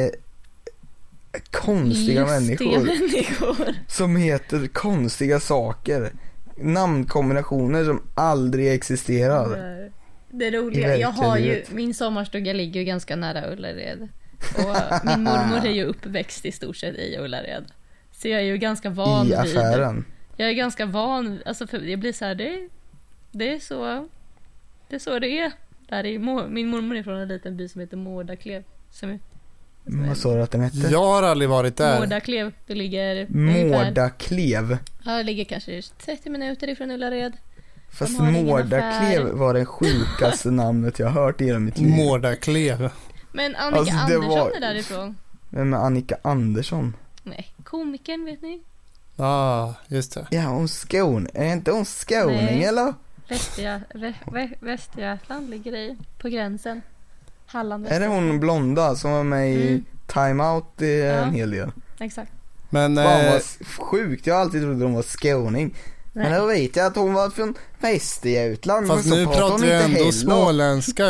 [SPEAKER 2] konstiga människor. Som heter konstiga saker. Namnkombinationer som aldrig existerar.
[SPEAKER 3] Det roliga, jag har ju, min sommarstuga ligger ju ganska nära Ullared. Och min mormor är ju uppväxt i stort sett i Ullared. Så jag är ju ganska van
[SPEAKER 2] i affären.
[SPEAKER 3] Jag är ganska van, alltså för det blir så här, det är så det är. Där är min mormor är från en liten by som heter Mårdaklev.
[SPEAKER 2] Vad sa du att den hette?
[SPEAKER 1] Jag har aldrig varit där.
[SPEAKER 3] Mårdaklev, det ligger
[SPEAKER 2] Mårdaklev.
[SPEAKER 3] Ja, det ligger kanske 30 minuter ifrån Ullared.
[SPEAKER 2] Fast Mårdaklev var det sjukaste namnet jag har hört i hela mitt liv.
[SPEAKER 1] Mårdaklev.
[SPEAKER 3] Men Annika Andersson är därifrån.
[SPEAKER 2] Vem är Annika Andersson?
[SPEAKER 3] Nej, komikern, vet ni?
[SPEAKER 1] Just det.
[SPEAKER 2] Ja, hon är inte hon skåning? Nej. Eller?
[SPEAKER 3] Västergötland ligger i på gränsen. Halland.
[SPEAKER 2] Är det hon blonda som var med i Time Out en hel del?
[SPEAKER 3] Exakt.
[SPEAKER 1] Men
[SPEAKER 2] vad sjukt, jag har alltid trodde hon var skåning. Nej. Men då vet jag att hon var från Västergötland.
[SPEAKER 1] Fast nu pratar vi ändå småländska.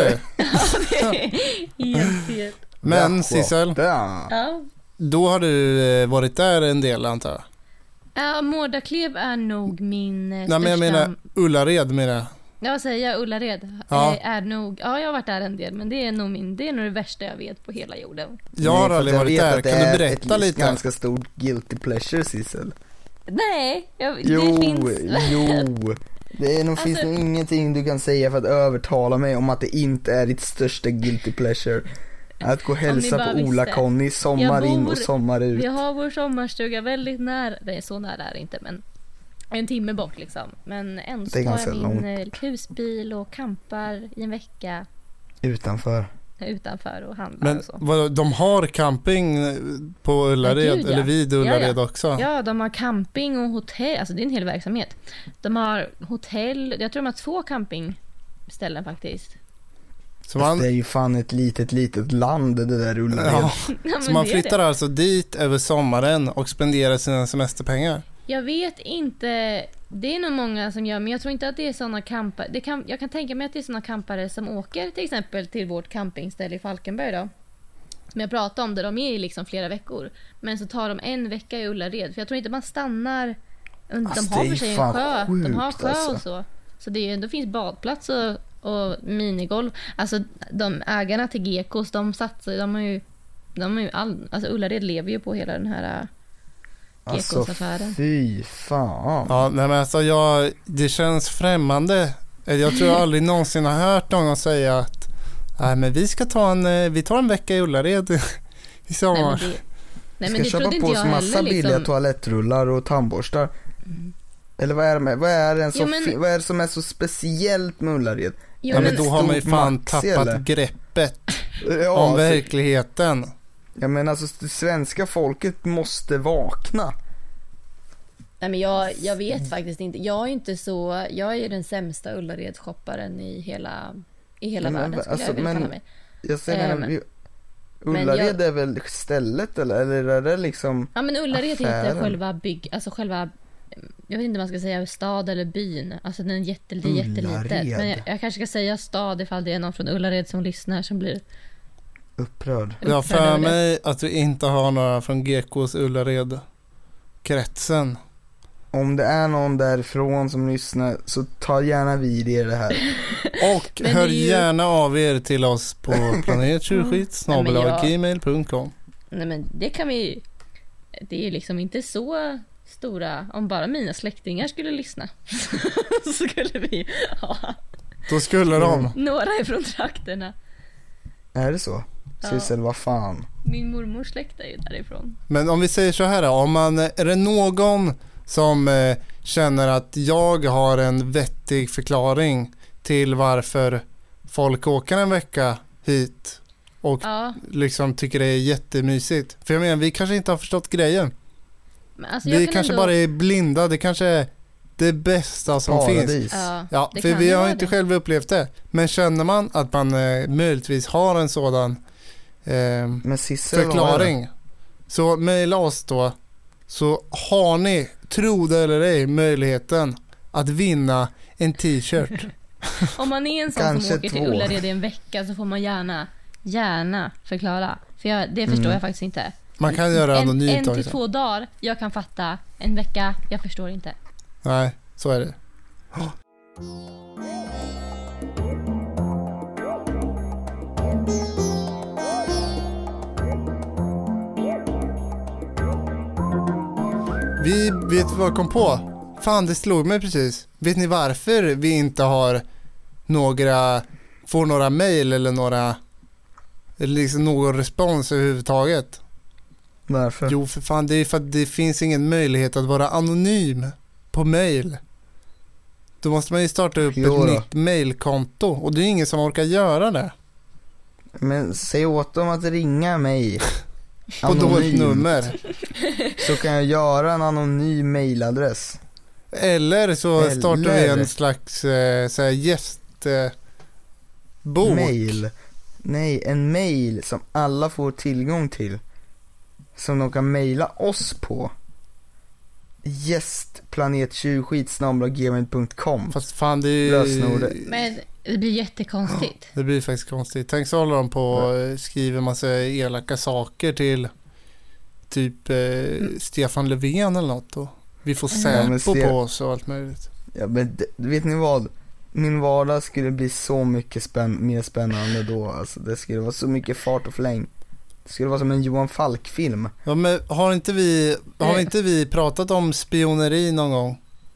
[SPEAKER 1] Men Sissel, då har du varit där en del, antar jag.
[SPEAKER 3] Ja, Mårdaklev är nog min
[SPEAKER 1] största... Nej, men jag menar Ullared med det.
[SPEAKER 3] Jag säger Ullared är nog... Ja, jag har varit där en del, men det är nog det värsta jag vet på hela jorden.
[SPEAKER 1] Jag har aldrig varit där. Kan du berätta lite?
[SPEAKER 2] Det är ganska stort guilty pleasure, Sissel.
[SPEAKER 3] Nej, det finns...
[SPEAKER 2] Finns nog ingenting du kan säga för att övertala mig om att det inte är ditt största guilty pleasure. Att gå och hälsa på Ola-Conny sommar in och sommar ut.
[SPEAKER 3] Vi har vår sommarstuga väldigt nära. Det är så nära är det inte, men en timme bort liksom. Men ändå tar jag min husbil och campar i en vecka. Utanför och handlar.
[SPEAKER 1] Men
[SPEAKER 3] och så.
[SPEAKER 1] De har camping på Ullared eller vid Ullared också?
[SPEAKER 3] Ja, de har camping och hotell. Alltså det är en hel verksamhet. De har hotell. Jag tror de har 2 campingställen faktiskt.
[SPEAKER 2] Det är ju fan ett litet land det där Ullared.
[SPEAKER 1] Ja. Så man flyttar alltså dit över sommaren och spenderar sina semesterpengar?
[SPEAKER 3] Jag vet inte. Det är nog många som gör, men jag tror inte att det är såna campare. Jag kan tänka mig att det är såna campare som åker till exempel till vårt campingställe i Falkenberg då. Som jag pratade om, där de är liksom flera veckor. Men så tar de en vecka i Ullared. För jag tror inte man stannar. Alltså, de har för sig en sjö. De har sjö och så. Så det finns badplats och minigolf. Alltså de ägarna till Gekos, de satsar, de har ju alltså Ullared lever ju på hela den här Gekos-affären.
[SPEAKER 2] Alltså fy fan.
[SPEAKER 1] Ja, nej, men alltså det känns främmande. Jag tror jag aldrig någonsin har hört någon säga att men vi tar en vecka i Ullared i sommar.
[SPEAKER 3] Nej, men
[SPEAKER 2] det ska köpa på oss massa billiga toalettrullar och tandborstar. Eller vad är det som är så speciellt med Ullared?
[SPEAKER 1] Ja, men då har man ju fan tappat greppet om verkligheten.
[SPEAKER 2] Ja, men alltså det svenska folket måste vakna.
[SPEAKER 3] Nej, men jag vet faktiskt inte. Jag är ju den sämsta Ullared-shopparen i hela världen.
[SPEAKER 2] Ullared är väl stället eller är det liksom?
[SPEAKER 3] Ja, men Ullared heter själva jag vet inte om man ska säga stad eller byn. Alltså den är jättelitet. Men jag kanske ska säga stad ifall det är någon från Ullared som lyssnar som blir
[SPEAKER 2] upprörd.
[SPEAKER 1] Jag för mig att vi inte har några från Gekos Ullared-kretsen.
[SPEAKER 2] Om det är någon därifrån som lyssnar så ta gärna vid er det här.
[SPEAKER 1] Och hör gärna av er till oss på planet27skit@gmail.com.
[SPEAKER 3] Nej, men det kan vi. Det är liksom inte så stora. Om bara mina släktingar skulle lyssna så skulle vi ha.
[SPEAKER 1] Då skulle de.
[SPEAKER 3] Några ifrån trakterna.
[SPEAKER 2] Är det så? Sissel, vad fan?
[SPEAKER 3] Min mormors släkt är ju därifrån.
[SPEAKER 1] Men om vi säger så här, är det någon som känner att jag har en vettig förklaring till varför folk åker en vecka hit och liksom tycker det är jättemysigt. För jag menar, vi kanske inte har förstått grejen.
[SPEAKER 3] Men alltså,
[SPEAKER 1] vi kanske bara är blinda. Det det bästa som finns. Ja, för vi har inte själva upplevt det. Men känner man att man möjligtvis har en sådan förklaring, så mejla oss då. Så har ni, tro det eller ej, möjligheten att vinna en t-shirt.
[SPEAKER 3] Om man är en sån som åker till Ullared i en vecka, så får man gärna förklara. För det förstår jag faktiskt inte.
[SPEAKER 1] Man kan göra anonymt.
[SPEAKER 3] 1 till 2 dagar, jag kan fatta. En vecka, jag förstår inte.
[SPEAKER 1] Nej, så är det. Vi vet vad jag kom på. Fan, det slog mig precis. Vet ni varför vi inte har får några mejl eller liksom någon respons överhuvudtaget?
[SPEAKER 2] Varför?
[SPEAKER 1] Jo, för fan, det är för att det finns ingen möjlighet att vara anonym på mejl. Då måste man ju starta upp ett nytt mejlkonto, och det är ingen som orkar göra det.
[SPEAKER 2] Men säg åt dem att ringa mig
[SPEAKER 1] på dolt nummer.
[SPEAKER 2] Så kan jag göra en anonym mejladress.
[SPEAKER 1] Eller så startar vi en slags gästbok.
[SPEAKER 2] Mail. Nej, en mail som alla får tillgång till. Som de kan mejla oss på. Gästplanet20skit@gmail.com.
[SPEAKER 1] Fast fan, det är
[SPEAKER 3] Men det blir jättekonstigt.
[SPEAKER 1] Det blir faktiskt konstigt. Tänk så håller de på och skriver massa elaka saker till typ Stefan Löfven eller något då. Vi får Säpo på oss och allt möjligt.
[SPEAKER 2] Ja, men vet ni vad? Min vardag skulle bli så mycket mer spännande då. Alltså, det skulle vara så mycket fart och fläng. Det skulle vara som en Johan Falk-film.
[SPEAKER 1] Ja, men har inte vi pratat om spioneri någon gång?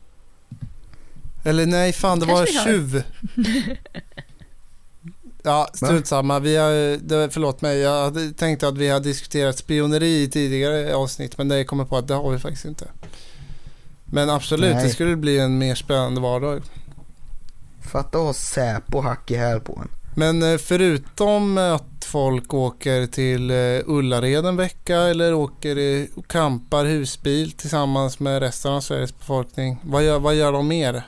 [SPEAKER 1] Eller nej, fan, det var tjuv. Ja, strunt samma. Förlåt mig, jag hade tänkt att vi har diskuterat spioneri i tidigare avsnitt, men det kommer på att det har vi faktiskt inte. Men absolut, det skulle bli en mer spännande vardag.
[SPEAKER 2] Fatta att ha Säpo hack i här på en.
[SPEAKER 1] Men förutom att folk åker till Ullared en vecka eller åker och campar husbil tillsammans med resten av Sveriges befolkning, vad gör de mer?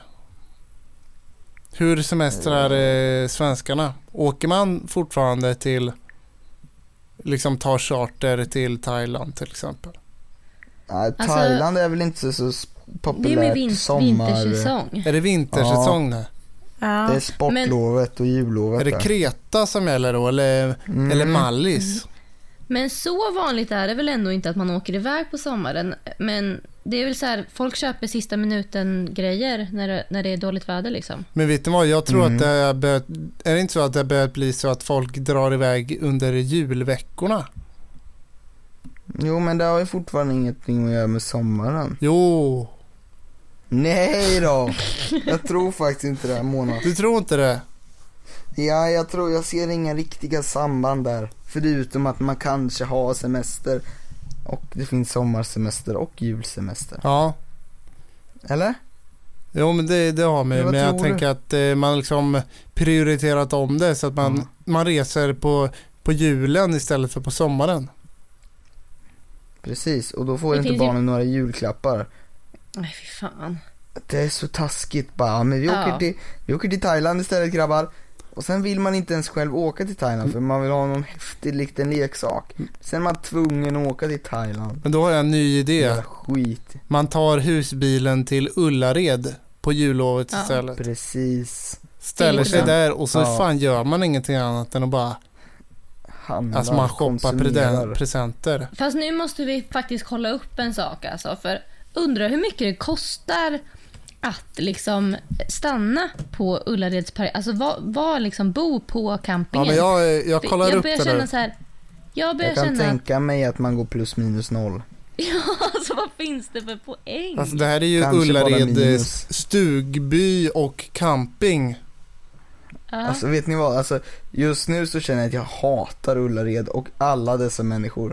[SPEAKER 1] Hur semestrar svenskarna? Åker man fortfarande till, liksom tar charter till Thailand till exempel?
[SPEAKER 2] Nej, Thailand är väl inte så populärt.
[SPEAKER 3] Det är med vintersäsong.
[SPEAKER 1] Är det vintersäsong nu?
[SPEAKER 3] Ja.
[SPEAKER 2] Det är sportlovet och jullovet.
[SPEAKER 1] Är det Kreta som gäller då, eller Mallis?
[SPEAKER 3] Men så vanligt är det väl ändå inte att man åker iväg på sommaren. Men det är väl så här, folk köper sista minuten grejer när det är dåligt väder liksom.
[SPEAKER 1] Men vet du vad, jag tror att är det inte så att det börjat bli så att folk drar iväg under julveckorna?
[SPEAKER 2] Jo, men det har ju fortfarande ingenting att göra med sommaren.
[SPEAKER 1] Jo.
[SPEAKER 2] Nej då. Jag tror faktiskt inte det, Mona.
[SPEAKER 1] Du tror inte det?
[SPEAKER 2] Ja, jag ser inga riktiga samband där. Förutom att man kanske har semester. Och det finns sommarsemester och julsemester.
[SPEAKER 1] Ja.
[SPEAKER 2] Eller?
[SPEAKER 1] Jo, men det har man ju. Men jag tänker att man liksom prioriterat om det. Så att man reser på julen istället för på sommaren.
[SPEAKER 2] Precis, och då får inte barnen några julklappar.
[SPEAKER 3] Nej, fy fan.
[SPEAKER 2] Det är så taskigt bara. Men vi åker till Thailand istället, grabbar. Och sen vill man inte ens själv åka till Thailand, för man vill ha någon häftig liten leksak. Sen är man tvungen att åka till Thailand.
[SPEAKER 1] Men då har jag en ny idé.
[SPEAKER 2] Ja, skit.
[SPEAKER 1] Man tar husbilen till Ullared på jullovet istället.
[SPEAKER 2] Precis.
[SPEAKER 1] Ställer sig där och så fan gör man ingenting annat än att bara
[SPEAKER 2] handlar,
[SPEAKER 1] man shoppar presenter.
[SPEAKER 3] Fast nu måste vi faktiskt kolla upp en sak alltså, för undrar hur mycket det kostar att liksom stanna på Ullareds park. Alltså vad liksom bo på campingen.
[SPEAKER 1] Ja, men jag kollar upp det där.
[SPEAKER 3] Så här, jag
[SPEAKER 2] kan tänka mig att man går plus minus 0.
[SPEAKER 3] Ja, alltså vad finns det för poäng?
[SPEAKER 1] Alltså det här är ju Ullared stugby och camping.
[SPEAKER 2] Alltså vet ni vad? Alltså, just nu så känner jag att jag hatar Ullared och alla dessa människor.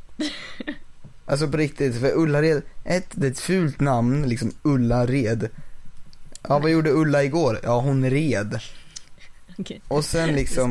[SPEAKER 2] Alltså på riktigt, för Ullared, det är ett fult namn, liksom Ullared. Ja, vad gjorde Ulla igår? Ja, hon red.
[SPEAKER 3] Okay.
[SPEAKER 2] Och sen liksom...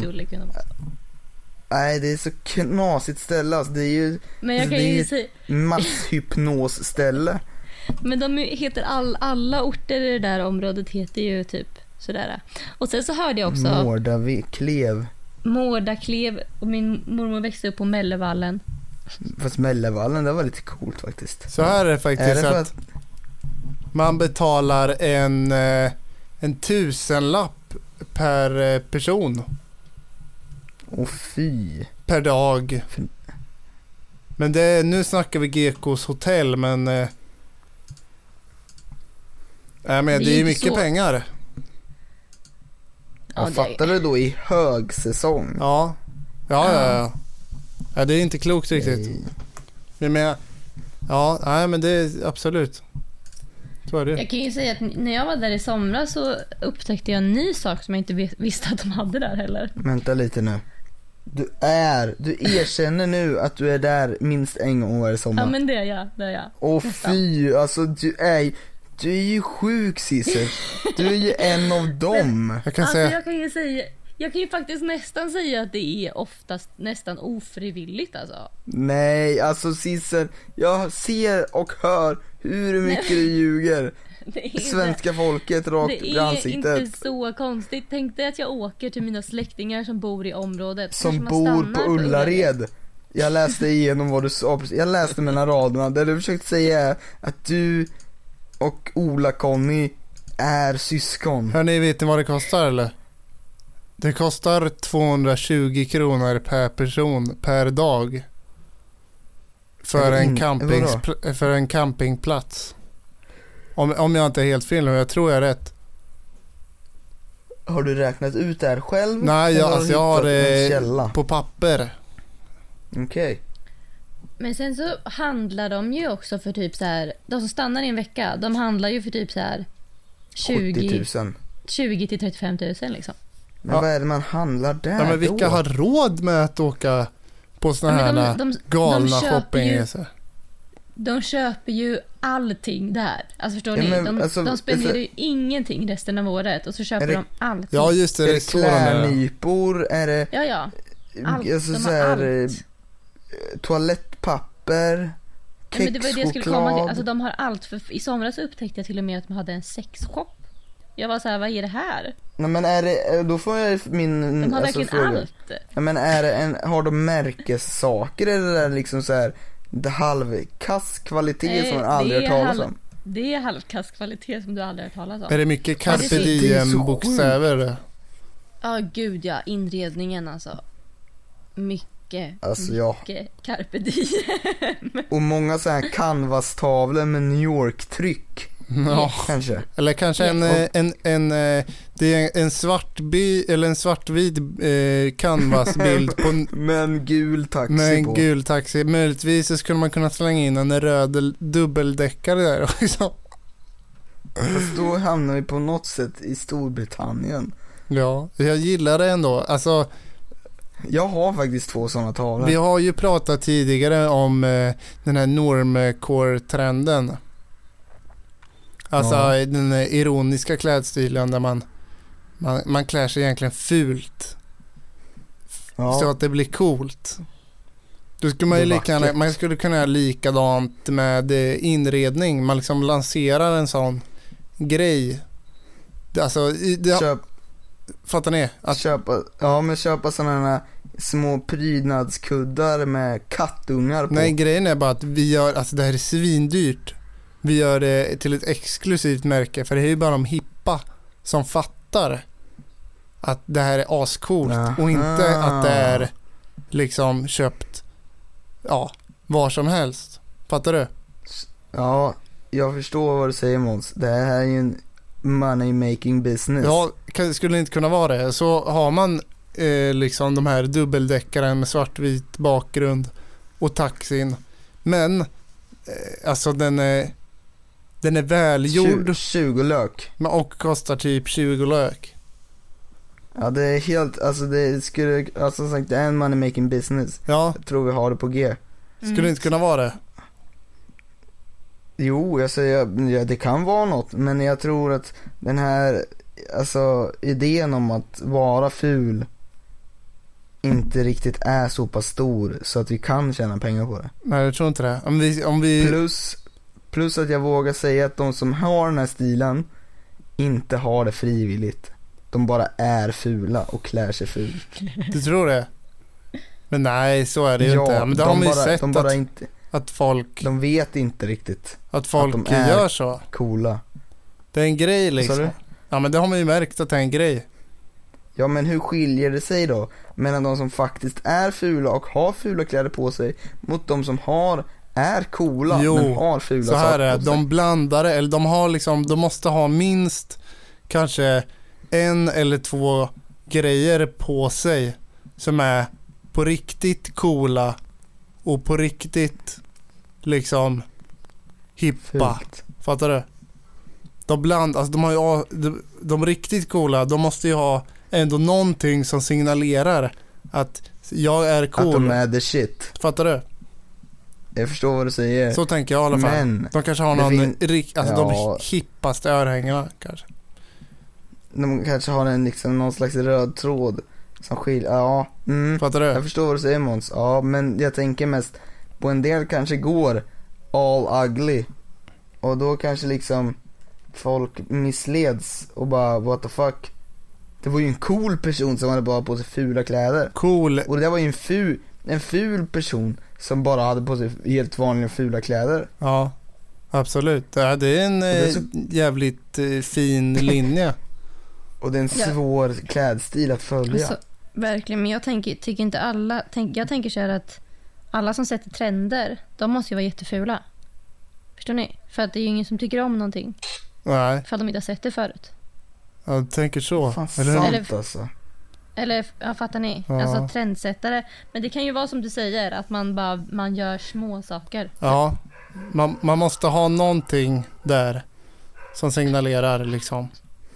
[SPEAKER 2] Nej, det är så knasigt ställe. Alltså, det är ju...
[SPEAKER 3] Men jag kan ju säga...
[SPEAKER 2] masshypnosställe.
[SPEAKER 3] Men de heter alla orter i det där området heter ju typ sådär. Och sen så hörde jag också Mårdaklev, och min mormor växte upp på Mellevallen.
[SPEAKER 2] Fast Mellevallen, det var lite coolt faktiskt.
[SPEAKER 1] Så här är det faktiskt, är det att man betalar en 1000-lapp per person.
[SPEAKER 2] Åh fy.
[SPEAKER 1] Per dag. Men nu snackar vi Gekos hotell, men det är ju mycket så... pengar.
[SPEAKER 2] Ja, fattar du då i högsäsong?
[SPEAKER 1] Ja, det är inte klokt riktigt. Men men det är absolut. Så är det.
[SPEAKER 3] Jag kan ju säga att när jag var där i somras så upptäckte jag en ny sak som jag inte visste att de hade där heller.
[SPEAKER 2] Vänta lite nu. Du erkänner nu att du är där minst en gång varje sommar.
[SPEAKER 3] Ja, men det är jag.
[SPEAKER 2] Åh fy, alltså du är ju sjuk, Cisser. Du är ju en av dem.
[SPEAKER 3] Jag kan ju faktiskt nästan säga att det är oftast nästan ofrivilligt alltså.
[SPEAKER 2] Nej, alltså Cisser, jag ser och hör hur mycket du ljuger. Svenska folket rakt i ansiktet.
[SPEAKER 3] Det är inte så konstigt. Tänk dig att jag åker till mina släktingar som bor i området.
[SPEAKER 2] Som bor på Ullared. Jag läste igenom vad du sa. Jag läste mellan raderna. Det du försökte säga att du och Ola-Conny är syskon.
[SPEAKER 1] Hörni, vet ni vad det kostar eller? Det kostar 220 kronor per person per dag. För en campingplats. Om jag inte är helt fel, jag tror jag är rätt.
[SPEAKER 2] Har du räknat ut det här själv?
[SPEAKER 1] Nej, jag har det på papper.
[SPEAKER 2] Okej.
[SPEAKER 3] Men sen så handlar de ju också för typ så här, de som stannar i en vecka, de handlar ju för typ så här
[SPEAKER 2] 20
[SPEAKER 3] till 35 000 liksom.
[SPEAKER 2] Men vad är det man handlar där
[SPEAKER 1] men vilka har råd med att åka på såna här galna shoppingresor?
[SPEAKER 3] De köper ju allting där. Alltså förstår ni? De spenderar ju ingenting resten av året och så köper de allting.
[SPEAKER 1] Ja, just det.
[SPEAKER 2] Är det klädnypor? Är det...
[SPEAKER 3] Ja. Allt.
[SPEAKER 2] Alltså,
[SPEAKER 3] de
[SPEAKER 2] så
[SPEAKER 3] har
[SPEAKER 2] här,
[SPEAKER 3] allt.
[SPEAKER 2] Toalettpapper,
[SPEAKER 3] men det var det jag skulle komma till. Alltså de har allt. För i somras upptäckte jag till och med att de hade en sexshop. Jag var så här, vad är det här?
[SPEAKER 2] Nej, men är det, då får jag min...
[SPEAKER 3] De har verkligen
[SPEAKER 2] fråga.
[SPEAKER 3] allt.
[SPEAKER 2] Ja, men är det har de märkessaker eller är det liksom så här det halvkass kvalitet som man aldrig har talas om?
[SPEAKER 3] Det är halvkass kvalitet som du aldrig har talas om.
[SPEAKER 1] Är det mycket carpe diem-bokstäver?
[SPEAKER 3] Ja, gud ja. Inredningen alltså. Mycket carpe diem.
[SPEAKER 2] Och många så här canvas-tavlor med New York-tryck.
[SPEAKER 1] Ja,
[SPEAKER 2] kanske.
[SPEAKER 1] Eller kanske det är en svartvit canvasbild på
[SPEAKER 2] med en gul taxi
[SPEAKER 1] med en
[SPEAKER 2] på.
[SPEAKER 1] Gul taxi. Möjligtvis så skulle man kunna slänga in en röd dubbeldäckare där också.
[SPEAKER 2] Fast då hamnar vi på något sätt i Storbritannien.
[SPEAKER 1] Ja, jag gillar det ändå. Alltså,
[SPEAKER 2] jag har faktiskt 2 sådana tavlor.
[SPEAKER 1] Vi har ju pratat tidigare om den här normcore-trenden. Alltså den ironiska klädstilen där man klär sig egentligen fult. Så att det blir coolt. Då skulle man skulle kunna göra likadant med inredning. Man liksom lanserar en sån grej. Alltså fattar ni?
[SPEAKER 2] Köpa sådana här små prydnadskuddar med kattungar på.
[SPEAKER 1] Nej, grejen är bara att vi gör, alltså det här är svindyrt. Vi gör det till ett exklusivt märke, för det är ju bara de hippa som fattar att det här är ascoolt och inte att det är liksom köpt var som helst. Fattar du?
[SPEAKER 2] Ja, jag förstår vad du säger, Måns. Det här är ju en money making business.
[SPEAKER 1] Ja, skulle inte kunna vara det. Så har man liksom de här dubbeldäckaren med svartvit bakgrund och taxin. Men alltså den är välgjord.
[SPEAKER 2] 20 lök.
[SPEAKER 1] Och kostar typ 20 lök.
[SPEAKER 2] Ja, det är helt, alltså det skulle, alltså sagt, det är en money making business.
[SPEAKER 1] Ja.
[SPEAKER 2] Jag tror vi har det på G.
[SPEAKER 1] Skulle inte kunna vara det?
[SPEAKER 2] Jo, jag säger, det kan vara något, men jag tror att den här, alltså idén om att vara ful inte riktigt är så pass stor så att vi kan tjäna pengar på det.
[SPEAKER 1] Nej, jag tror inte det. Om vi...
[SPEAKER 2] Plus att jag vågar säga att de som har den här stilen inte har det frivilligt. De bara är fula och klär sig fult.
[SPEAKER 1] Du tror det? Men nej, så är det ju inte. Men det har man ju sett att folk...
[SPEAKER 2] De vet inte riktigt.
[SPEAKER 1] Att folk gör så.
[SPEAKER 2] Coola.
[SPEAKER 1] Det är en grej liksom. Ja, men det har man ju märkt att det är en grej.
[SPEAKER 2] Ja, men hur skiljer det sig då mellan de som faktiskt är fula och har fula kläder på sig mot de som är coola men har fula
[SPEAKER 1] så här
[SPEAKER 2] saker
[SPEAKER 1] är
[SPEAKER 2] på sig?
[SPEAKER 1] de blandare, eller de har liksom, de måste ha minst kanske 1 eller 2 grejer på sig som är på riktigt coola och på riktigt liksom hippa.
[SPEAKER 2] Fult.
[SPEAKER 1] Fattar du? Alltså de har ju de riktigt coola, de måste ju ha ändå någonting som signalerar att jag är cool.
[SPEAKER 2] Att de är the shit.
[SPEAKER 1] Fattar du?
[SPEAKER 2] Jag förstår vad du säger.
[SPEAKER 1] Så tänker jag i alla fall.
[SPEAKER 2] Men
[SPEAKER 1] de kanske har någon de hippaste örhängena kanske.
[SPEAKER 2] De kanske har liksom någon slags röd tråd som skiljer. Ja,
[SPEAKER 1] Fattar du?
[SPEAKER 2] Jag förstår vad du säger, Måns. Ja, men jag tänker mest på en del kanske går all ugly. Och då kanske liksom folk missleds och bara what the fuck. Det var ju en cool person som hade bara på sig fula kläder.
[SPEAKER 1] Cool.
[SPEAKER 2] Och det där var ju en ful person som bara hade på sig helt vanliga fula kläder.
[SPEAKER 1] Ja, absolut. Det är en jävligt fin linje.
[SPEAKER 2] Och det är en svår klädstil att följa.
[SPEAKER 3] Alltså, verkligen, men jag tycker inte alla... Jag tänker så här att alla som sätter trender, de måste ju vara jättefula. Förstår ni? För att det är ju ingen som tycker om någonting.
[SPEAKER 1] Nej.
[SPEAKER 3] För att de inte har sett det förut.
[SPEAKER 1] Jag tänker så.
[SPEAKER 2] Fan, sant alltså.
[SPEAKER 3] Eller, ja, fattar ni?
[SPEAKER 1] Ja.
[SPEAKER 3] Alltså trendsättare. Men det kan ju vara som du säger, att man gör små saker.
[SPEAKER 1] Ja, man måste ha någonting där som signalerar liksom.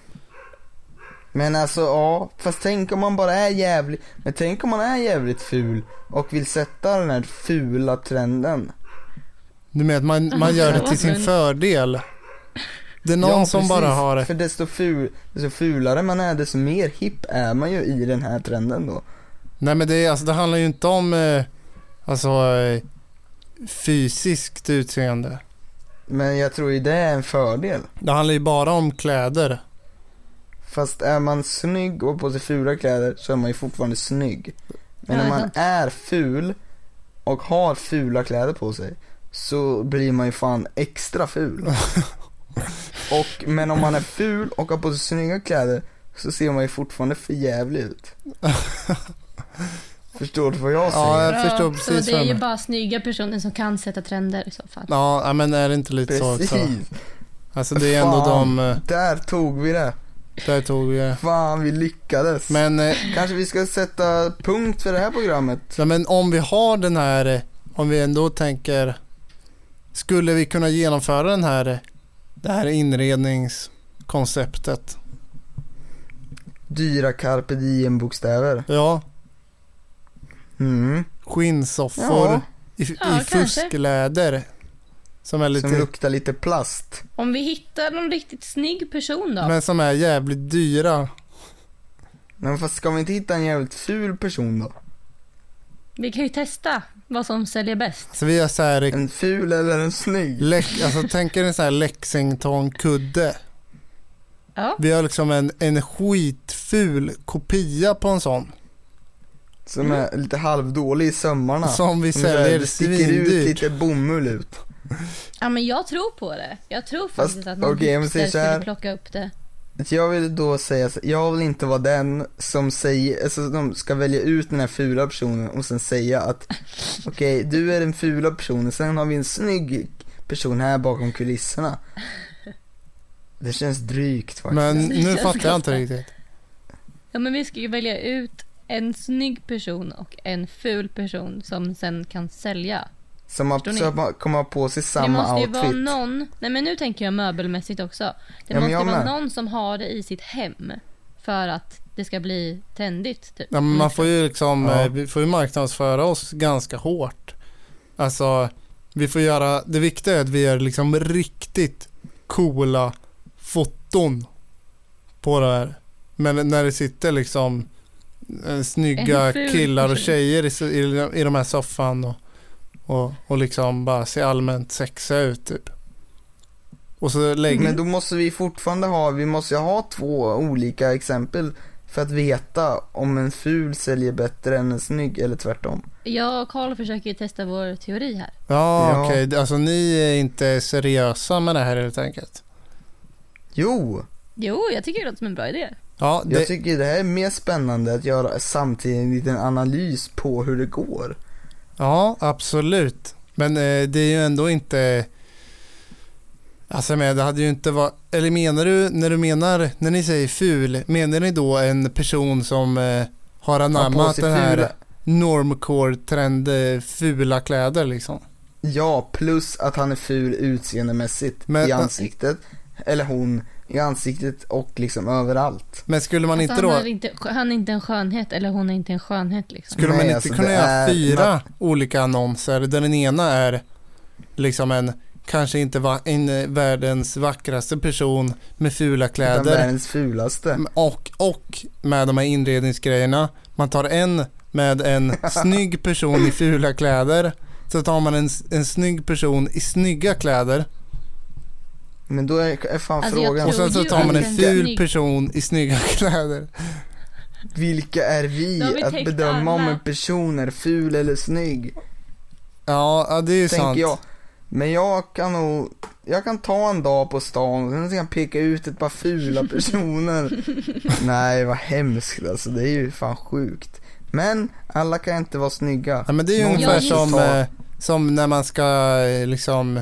[SPEAKER 2] Men alltså, ja, fast tänk om man bara är jävligt. Men tänk om man är jävligt ful och vill sätta den här fula trenden.
[SPEAKER 1] Du menar att man gör det till sin fördel. Det är någon som bara har det.
[SPEAKER 2] För desto fulare man är, desto mer hipp är man ju i den här trenden då.
[SPEAKER 1] Nej, men det handlar ju inte om fysiskt utseende. Men
[SPEAKER 2] jag tror ju det är en fördel.
[SPEAKER 1] Det handlar ju bara om kläder.
[SPEAKER 2] Fast är man snygg och på sig fula kläder så är man ju fortfarande snygg. Men om man är ful och har fula kläder på sig så blir man ju fan extra ful. Men om man är ful och har på sig snygga kläder så ser man ju fortfarande för jävlig ut. Förstår du vad jag säger?
[SPEAKER 1] Ja, jag förstår precis.
[SPEAKER 3] Så det är ju bara snygga personer som kan sätta trender i så fall.
[SPEAKER 1] Ja, men är det inte lite
[SPEAKER 2] precis.
[SPEAKER 1] Så också? Alltså det är ändå
[SPEAKER 2] Där tog vi det. Fan, vi lyckades.
[SPEAKER 1] Men
[SPEAKER 2] kanske vi ska sätta punkt för det här programmet.
[SPEAKER 1] Ja, men om vi har den här, om vi ändå tänker, skulle vi kunna genomföra det här inredningskonceptet?
[SPEAKER 2] Dyra carpe diem bokstäver.
[SPEAKER 1] Ja. Skinnsoffor i fuskläder. Som
[SPEAKER 2] luktar lite plast.
[SPEAKER 3] Om vi hittar någon riktigt snygg person då.
[SPEAKER 1] Men som är jävligt dyra.
[SPEAKER 2] Men fast ska vi inte hitta en jävligt ful person då?
[SPEAKER 3] Vi kan ju testa vad som säljer bäst.
[SPEAKER 1] Så vi har så här,
[SPEAKER 2] en ful eller en snygg?
[SPEAKER 1] Alltså tänk er en sån här Lexington-kudde.
[SPEAKER 3] Ja.
[SPEAKER 1] Vi har liksom en skitful kopia på en sån.
[SPEAKER 2] Som är lite halvdålig i sömmarna.
[SPEAKER 1] Som vi säljer
[SPEAKER 2] sticker ut lite bomull ut.
[SPEAKER 3] Ja, men jag tror på det. Jag tror faktiskt att någon skulle plocka upp det.
[SPEAKER 2] Jag vill då säga så, jag vill inte vara den som säger, alltså de ska välja ut den här fula personen och sen säga att okej, du är den fula personen, sen har vi en snygg person här bakom kulisserna. Det känns drygt faktiskt.
[SPEAKER 1] Men nu fattar jag inte riktigt.
[SPEAKER 3] Ja, men vi ska ju välja ut en snygg person och en ful person som sen kan sälja.
[SPEAKER 2] Som kommer på sig samma outfit.
[SPEAKER 3] Det måste ju vara någon. Nej, men nu tänker jag möbelmässigt också. Det måste vara någon som har det i sitt hem för att det ska bli trendigt typ.
[SPEAKER 1] Ja, men man får ju liksom vi får ju marknadsföra oss ganska hårt. Alltså vi får göra, det viktiga är att vi gör liksom riktigt coola foton på det här. Men när det sitter liksom snygga killar och tjejer i de här soffan och liksom bara se allmänt sexiga ut typ. Och så lägger...
[SPEAKER 2] Men då måste vi fortfarande ha 2 olika exempel för att veta om en ful säljer bättre än en snygg eller tvärtom.
[SPEAKER 3] Jag och Carl försöker ju testa vår teori här.
[SPEAKER 1] Ja. Okej. Alltså ni är inte seriösa med det här helt enkelt.
[SPEAKER 2] Jo,
[SPEAKER 3] jag tycker det låter som en bra idé.
[SPEAKER 1] Ja,
[SPEAKER 2] jag tycker det här är mer spännande att göra samtidigt en liten analys på hur det går.
[SPEAKER 1] Ja, absolut. Men det är ju ändå inte... Alltså det hade ju inte varit... Eller menar du, när ni säger ful, menar ni då en person som har anammat den här normcore-trend fula kläder liksom?
[SPEAKER 2] Ja, plus att han är ful utseendemässigt i ansiktet. Eller hon i ansiktet och liksom överallt.
[SPEAKER 1] Men skulle man
[SPEAKER 3] alltså
[SPEAKER 1] inte då...
[SPEAKER 3] Han är inte en skönhet, eller hon är inte en skönhet liksom.
[SPEAKER 1] Skulle man inte kunna göra 4 olika annonser där den ena är liksom kanske inte en världens vackraste person med fula kläder.
[SPEAKER 2] Utan världens fulaste.
[SPEAKER 1] Och med de här inredningsgrejerna. Man tar en med en snygg person i fula kläder. Så tar man en snygg person i snygga kläder.
[SPEAKER 2] Men då är fan frågan.
[SPEAKER 1] Och sen så tar man en ful person i snygga kläder.
[SPEAKER 2] Vilka är vi att bedöma om en person är ful eller snygg?
[SPEAKER 1] Ja, det är ju sant.
[SPEAKER 2] Jag. Men jag kan ta en dag på stan och sen kan jag peka ut ett par fula personer. Nej, vad hemskt alltså. Det är ju fan sjukt. Men alla kan inte vara snygga.
[SPEAKER 1] Ja, men det är ju ungefär som när man ska liksom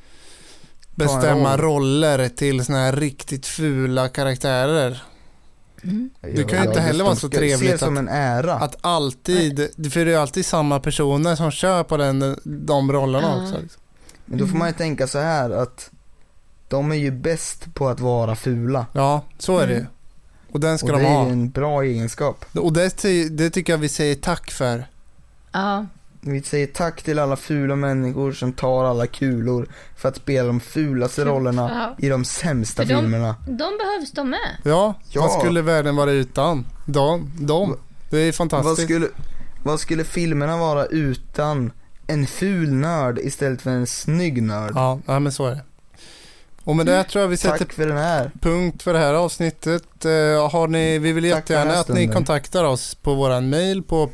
[SPEAKER 1] bestämma roller till såna här riktigt fula karaktärer. Det kan ju inte heller vara så trevligt
[SPEAKER 2] som en ära.
[SPEAKER 1] Att alltid, för det är alltid samma personer som kör på de rollerna också.
[SPEAKER 2] Men då får man ju tänka så här att de är ju bäst på att vara fula.
[SPEAKER 1] Ja, så är det ju. Och den ska de ha.
[SPEAKER 2] Och det är en bra egenskap.
[SPEAKER 1] Och det tycker jag vi säger tack för.
[SPEAKER 3] Ja.
[SPEAKER 2] Vi säger tack till alla fula människor som tar alla kulor för att spela de fulaste rollerna i de sämsta filmerna.
[SPEAKER 3] De behövs de med.
[SPEAKER 1] Ja, vad skulle världen vara utan? De. Det är fantastiskt.
[SPEAKER 2] Vad skulle filmerna vara utan en ful nörd istället för en snygg nörd?
[SPEAKER 1] Ja, men så är det. Och med det tror jag vi sätter
[SPEAKER 2] för den här.
[SPEAKER 1] punkt för det här avsnittet. Vi vill jättegärna att ni kontaktar oss på våran mail på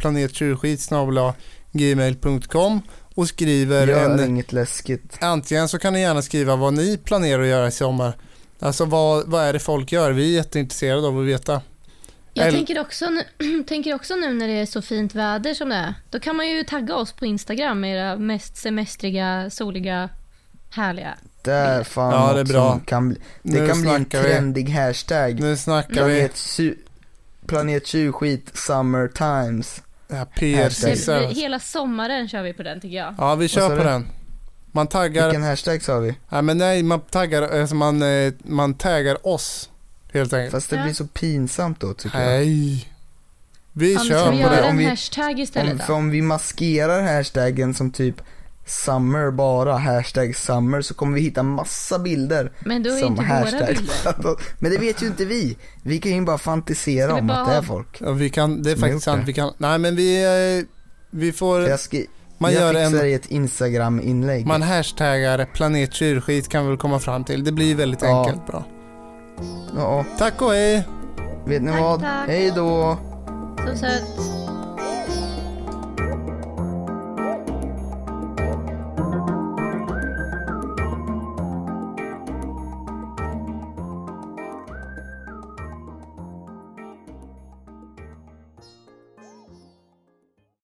[SPEAKER 1] planetdjurskit@gmail.com och skriver
[SPEAKER 2] inget läskigt.
[SPEAKER 1] Antingen så kan ni gärna skriva vad ni planerar att göra i sommar. Alltså vad är det folk gör? Vi är jätteintresserade av att veta.
[SPEAKER 3] Jag tänker också nu när det är så fint väder som det är. Då kan man ju tagga oss på Instagram med era mest semestriga, soliga, härliga.
[SPEAKER 2] Det är fan
[SPEAKER 1] det är bra.
[SPEAKER 2] Det kan bli en trendig hashtag.
[SPEAKER 1] Nu snackar vi.
[SPEAKER 2] Planet Tjurskit Summer Times.
[SPEAKER 1] Ja,
[SPEAKER 3] hela sommaren kör vi på den tycker jag.
[SPEAKER 1] Ja, vi kör på den. Man taggar.
[SPEAKER 2] Vilken hashtag sa vi?
[SPEAKER 1] Ja, men nej, man taggar man taggar oss helt enkelt.
[SPEAKER 2] Fast det blir så pinsamt då tycker jag.
[SPEAKER 1] Nej. Vi kör
[SPEAKER 3] på det.
[SPEAKER 1] Om
[SPEAKER 3] vi hashtag istället.
[SPEAKER 2] Om vi maskerar hashtaggen som typ summer bara, hashtag summer, så kommer vi hitta massa bilder.
[SPEAKER 3] Men då är
[SPEAKER 2] som
[SPEAKER 3] inte
[SPEAKER 2] hashtag.
[SPEAKER 3] Våra bilder.
[SPEAKER 2] Men det vet ju inte vi. Vi kan ju bara fantisera om att det är folk.
[SPEAKER 1] Ja, vi kan, det är faktiskt sant. Vi kan, nej men vi får...
[SPEAKER 2] Jag fixar i ett Instagram-inlägg.
[SPEAKER 1] Man hashtaggar Planet Tjurskit kan väl komma fram till. Det blir väldigt enkelt bra.
[SPEAKER 2] Ja.
[SPEAKER 1] Tack och hej!
[SPEAKER 2] Vet ni vad?
[SPEAKER 3] Tack.
[SPEAKER 2] Hej då!
[SPEAKER 3] Så sött.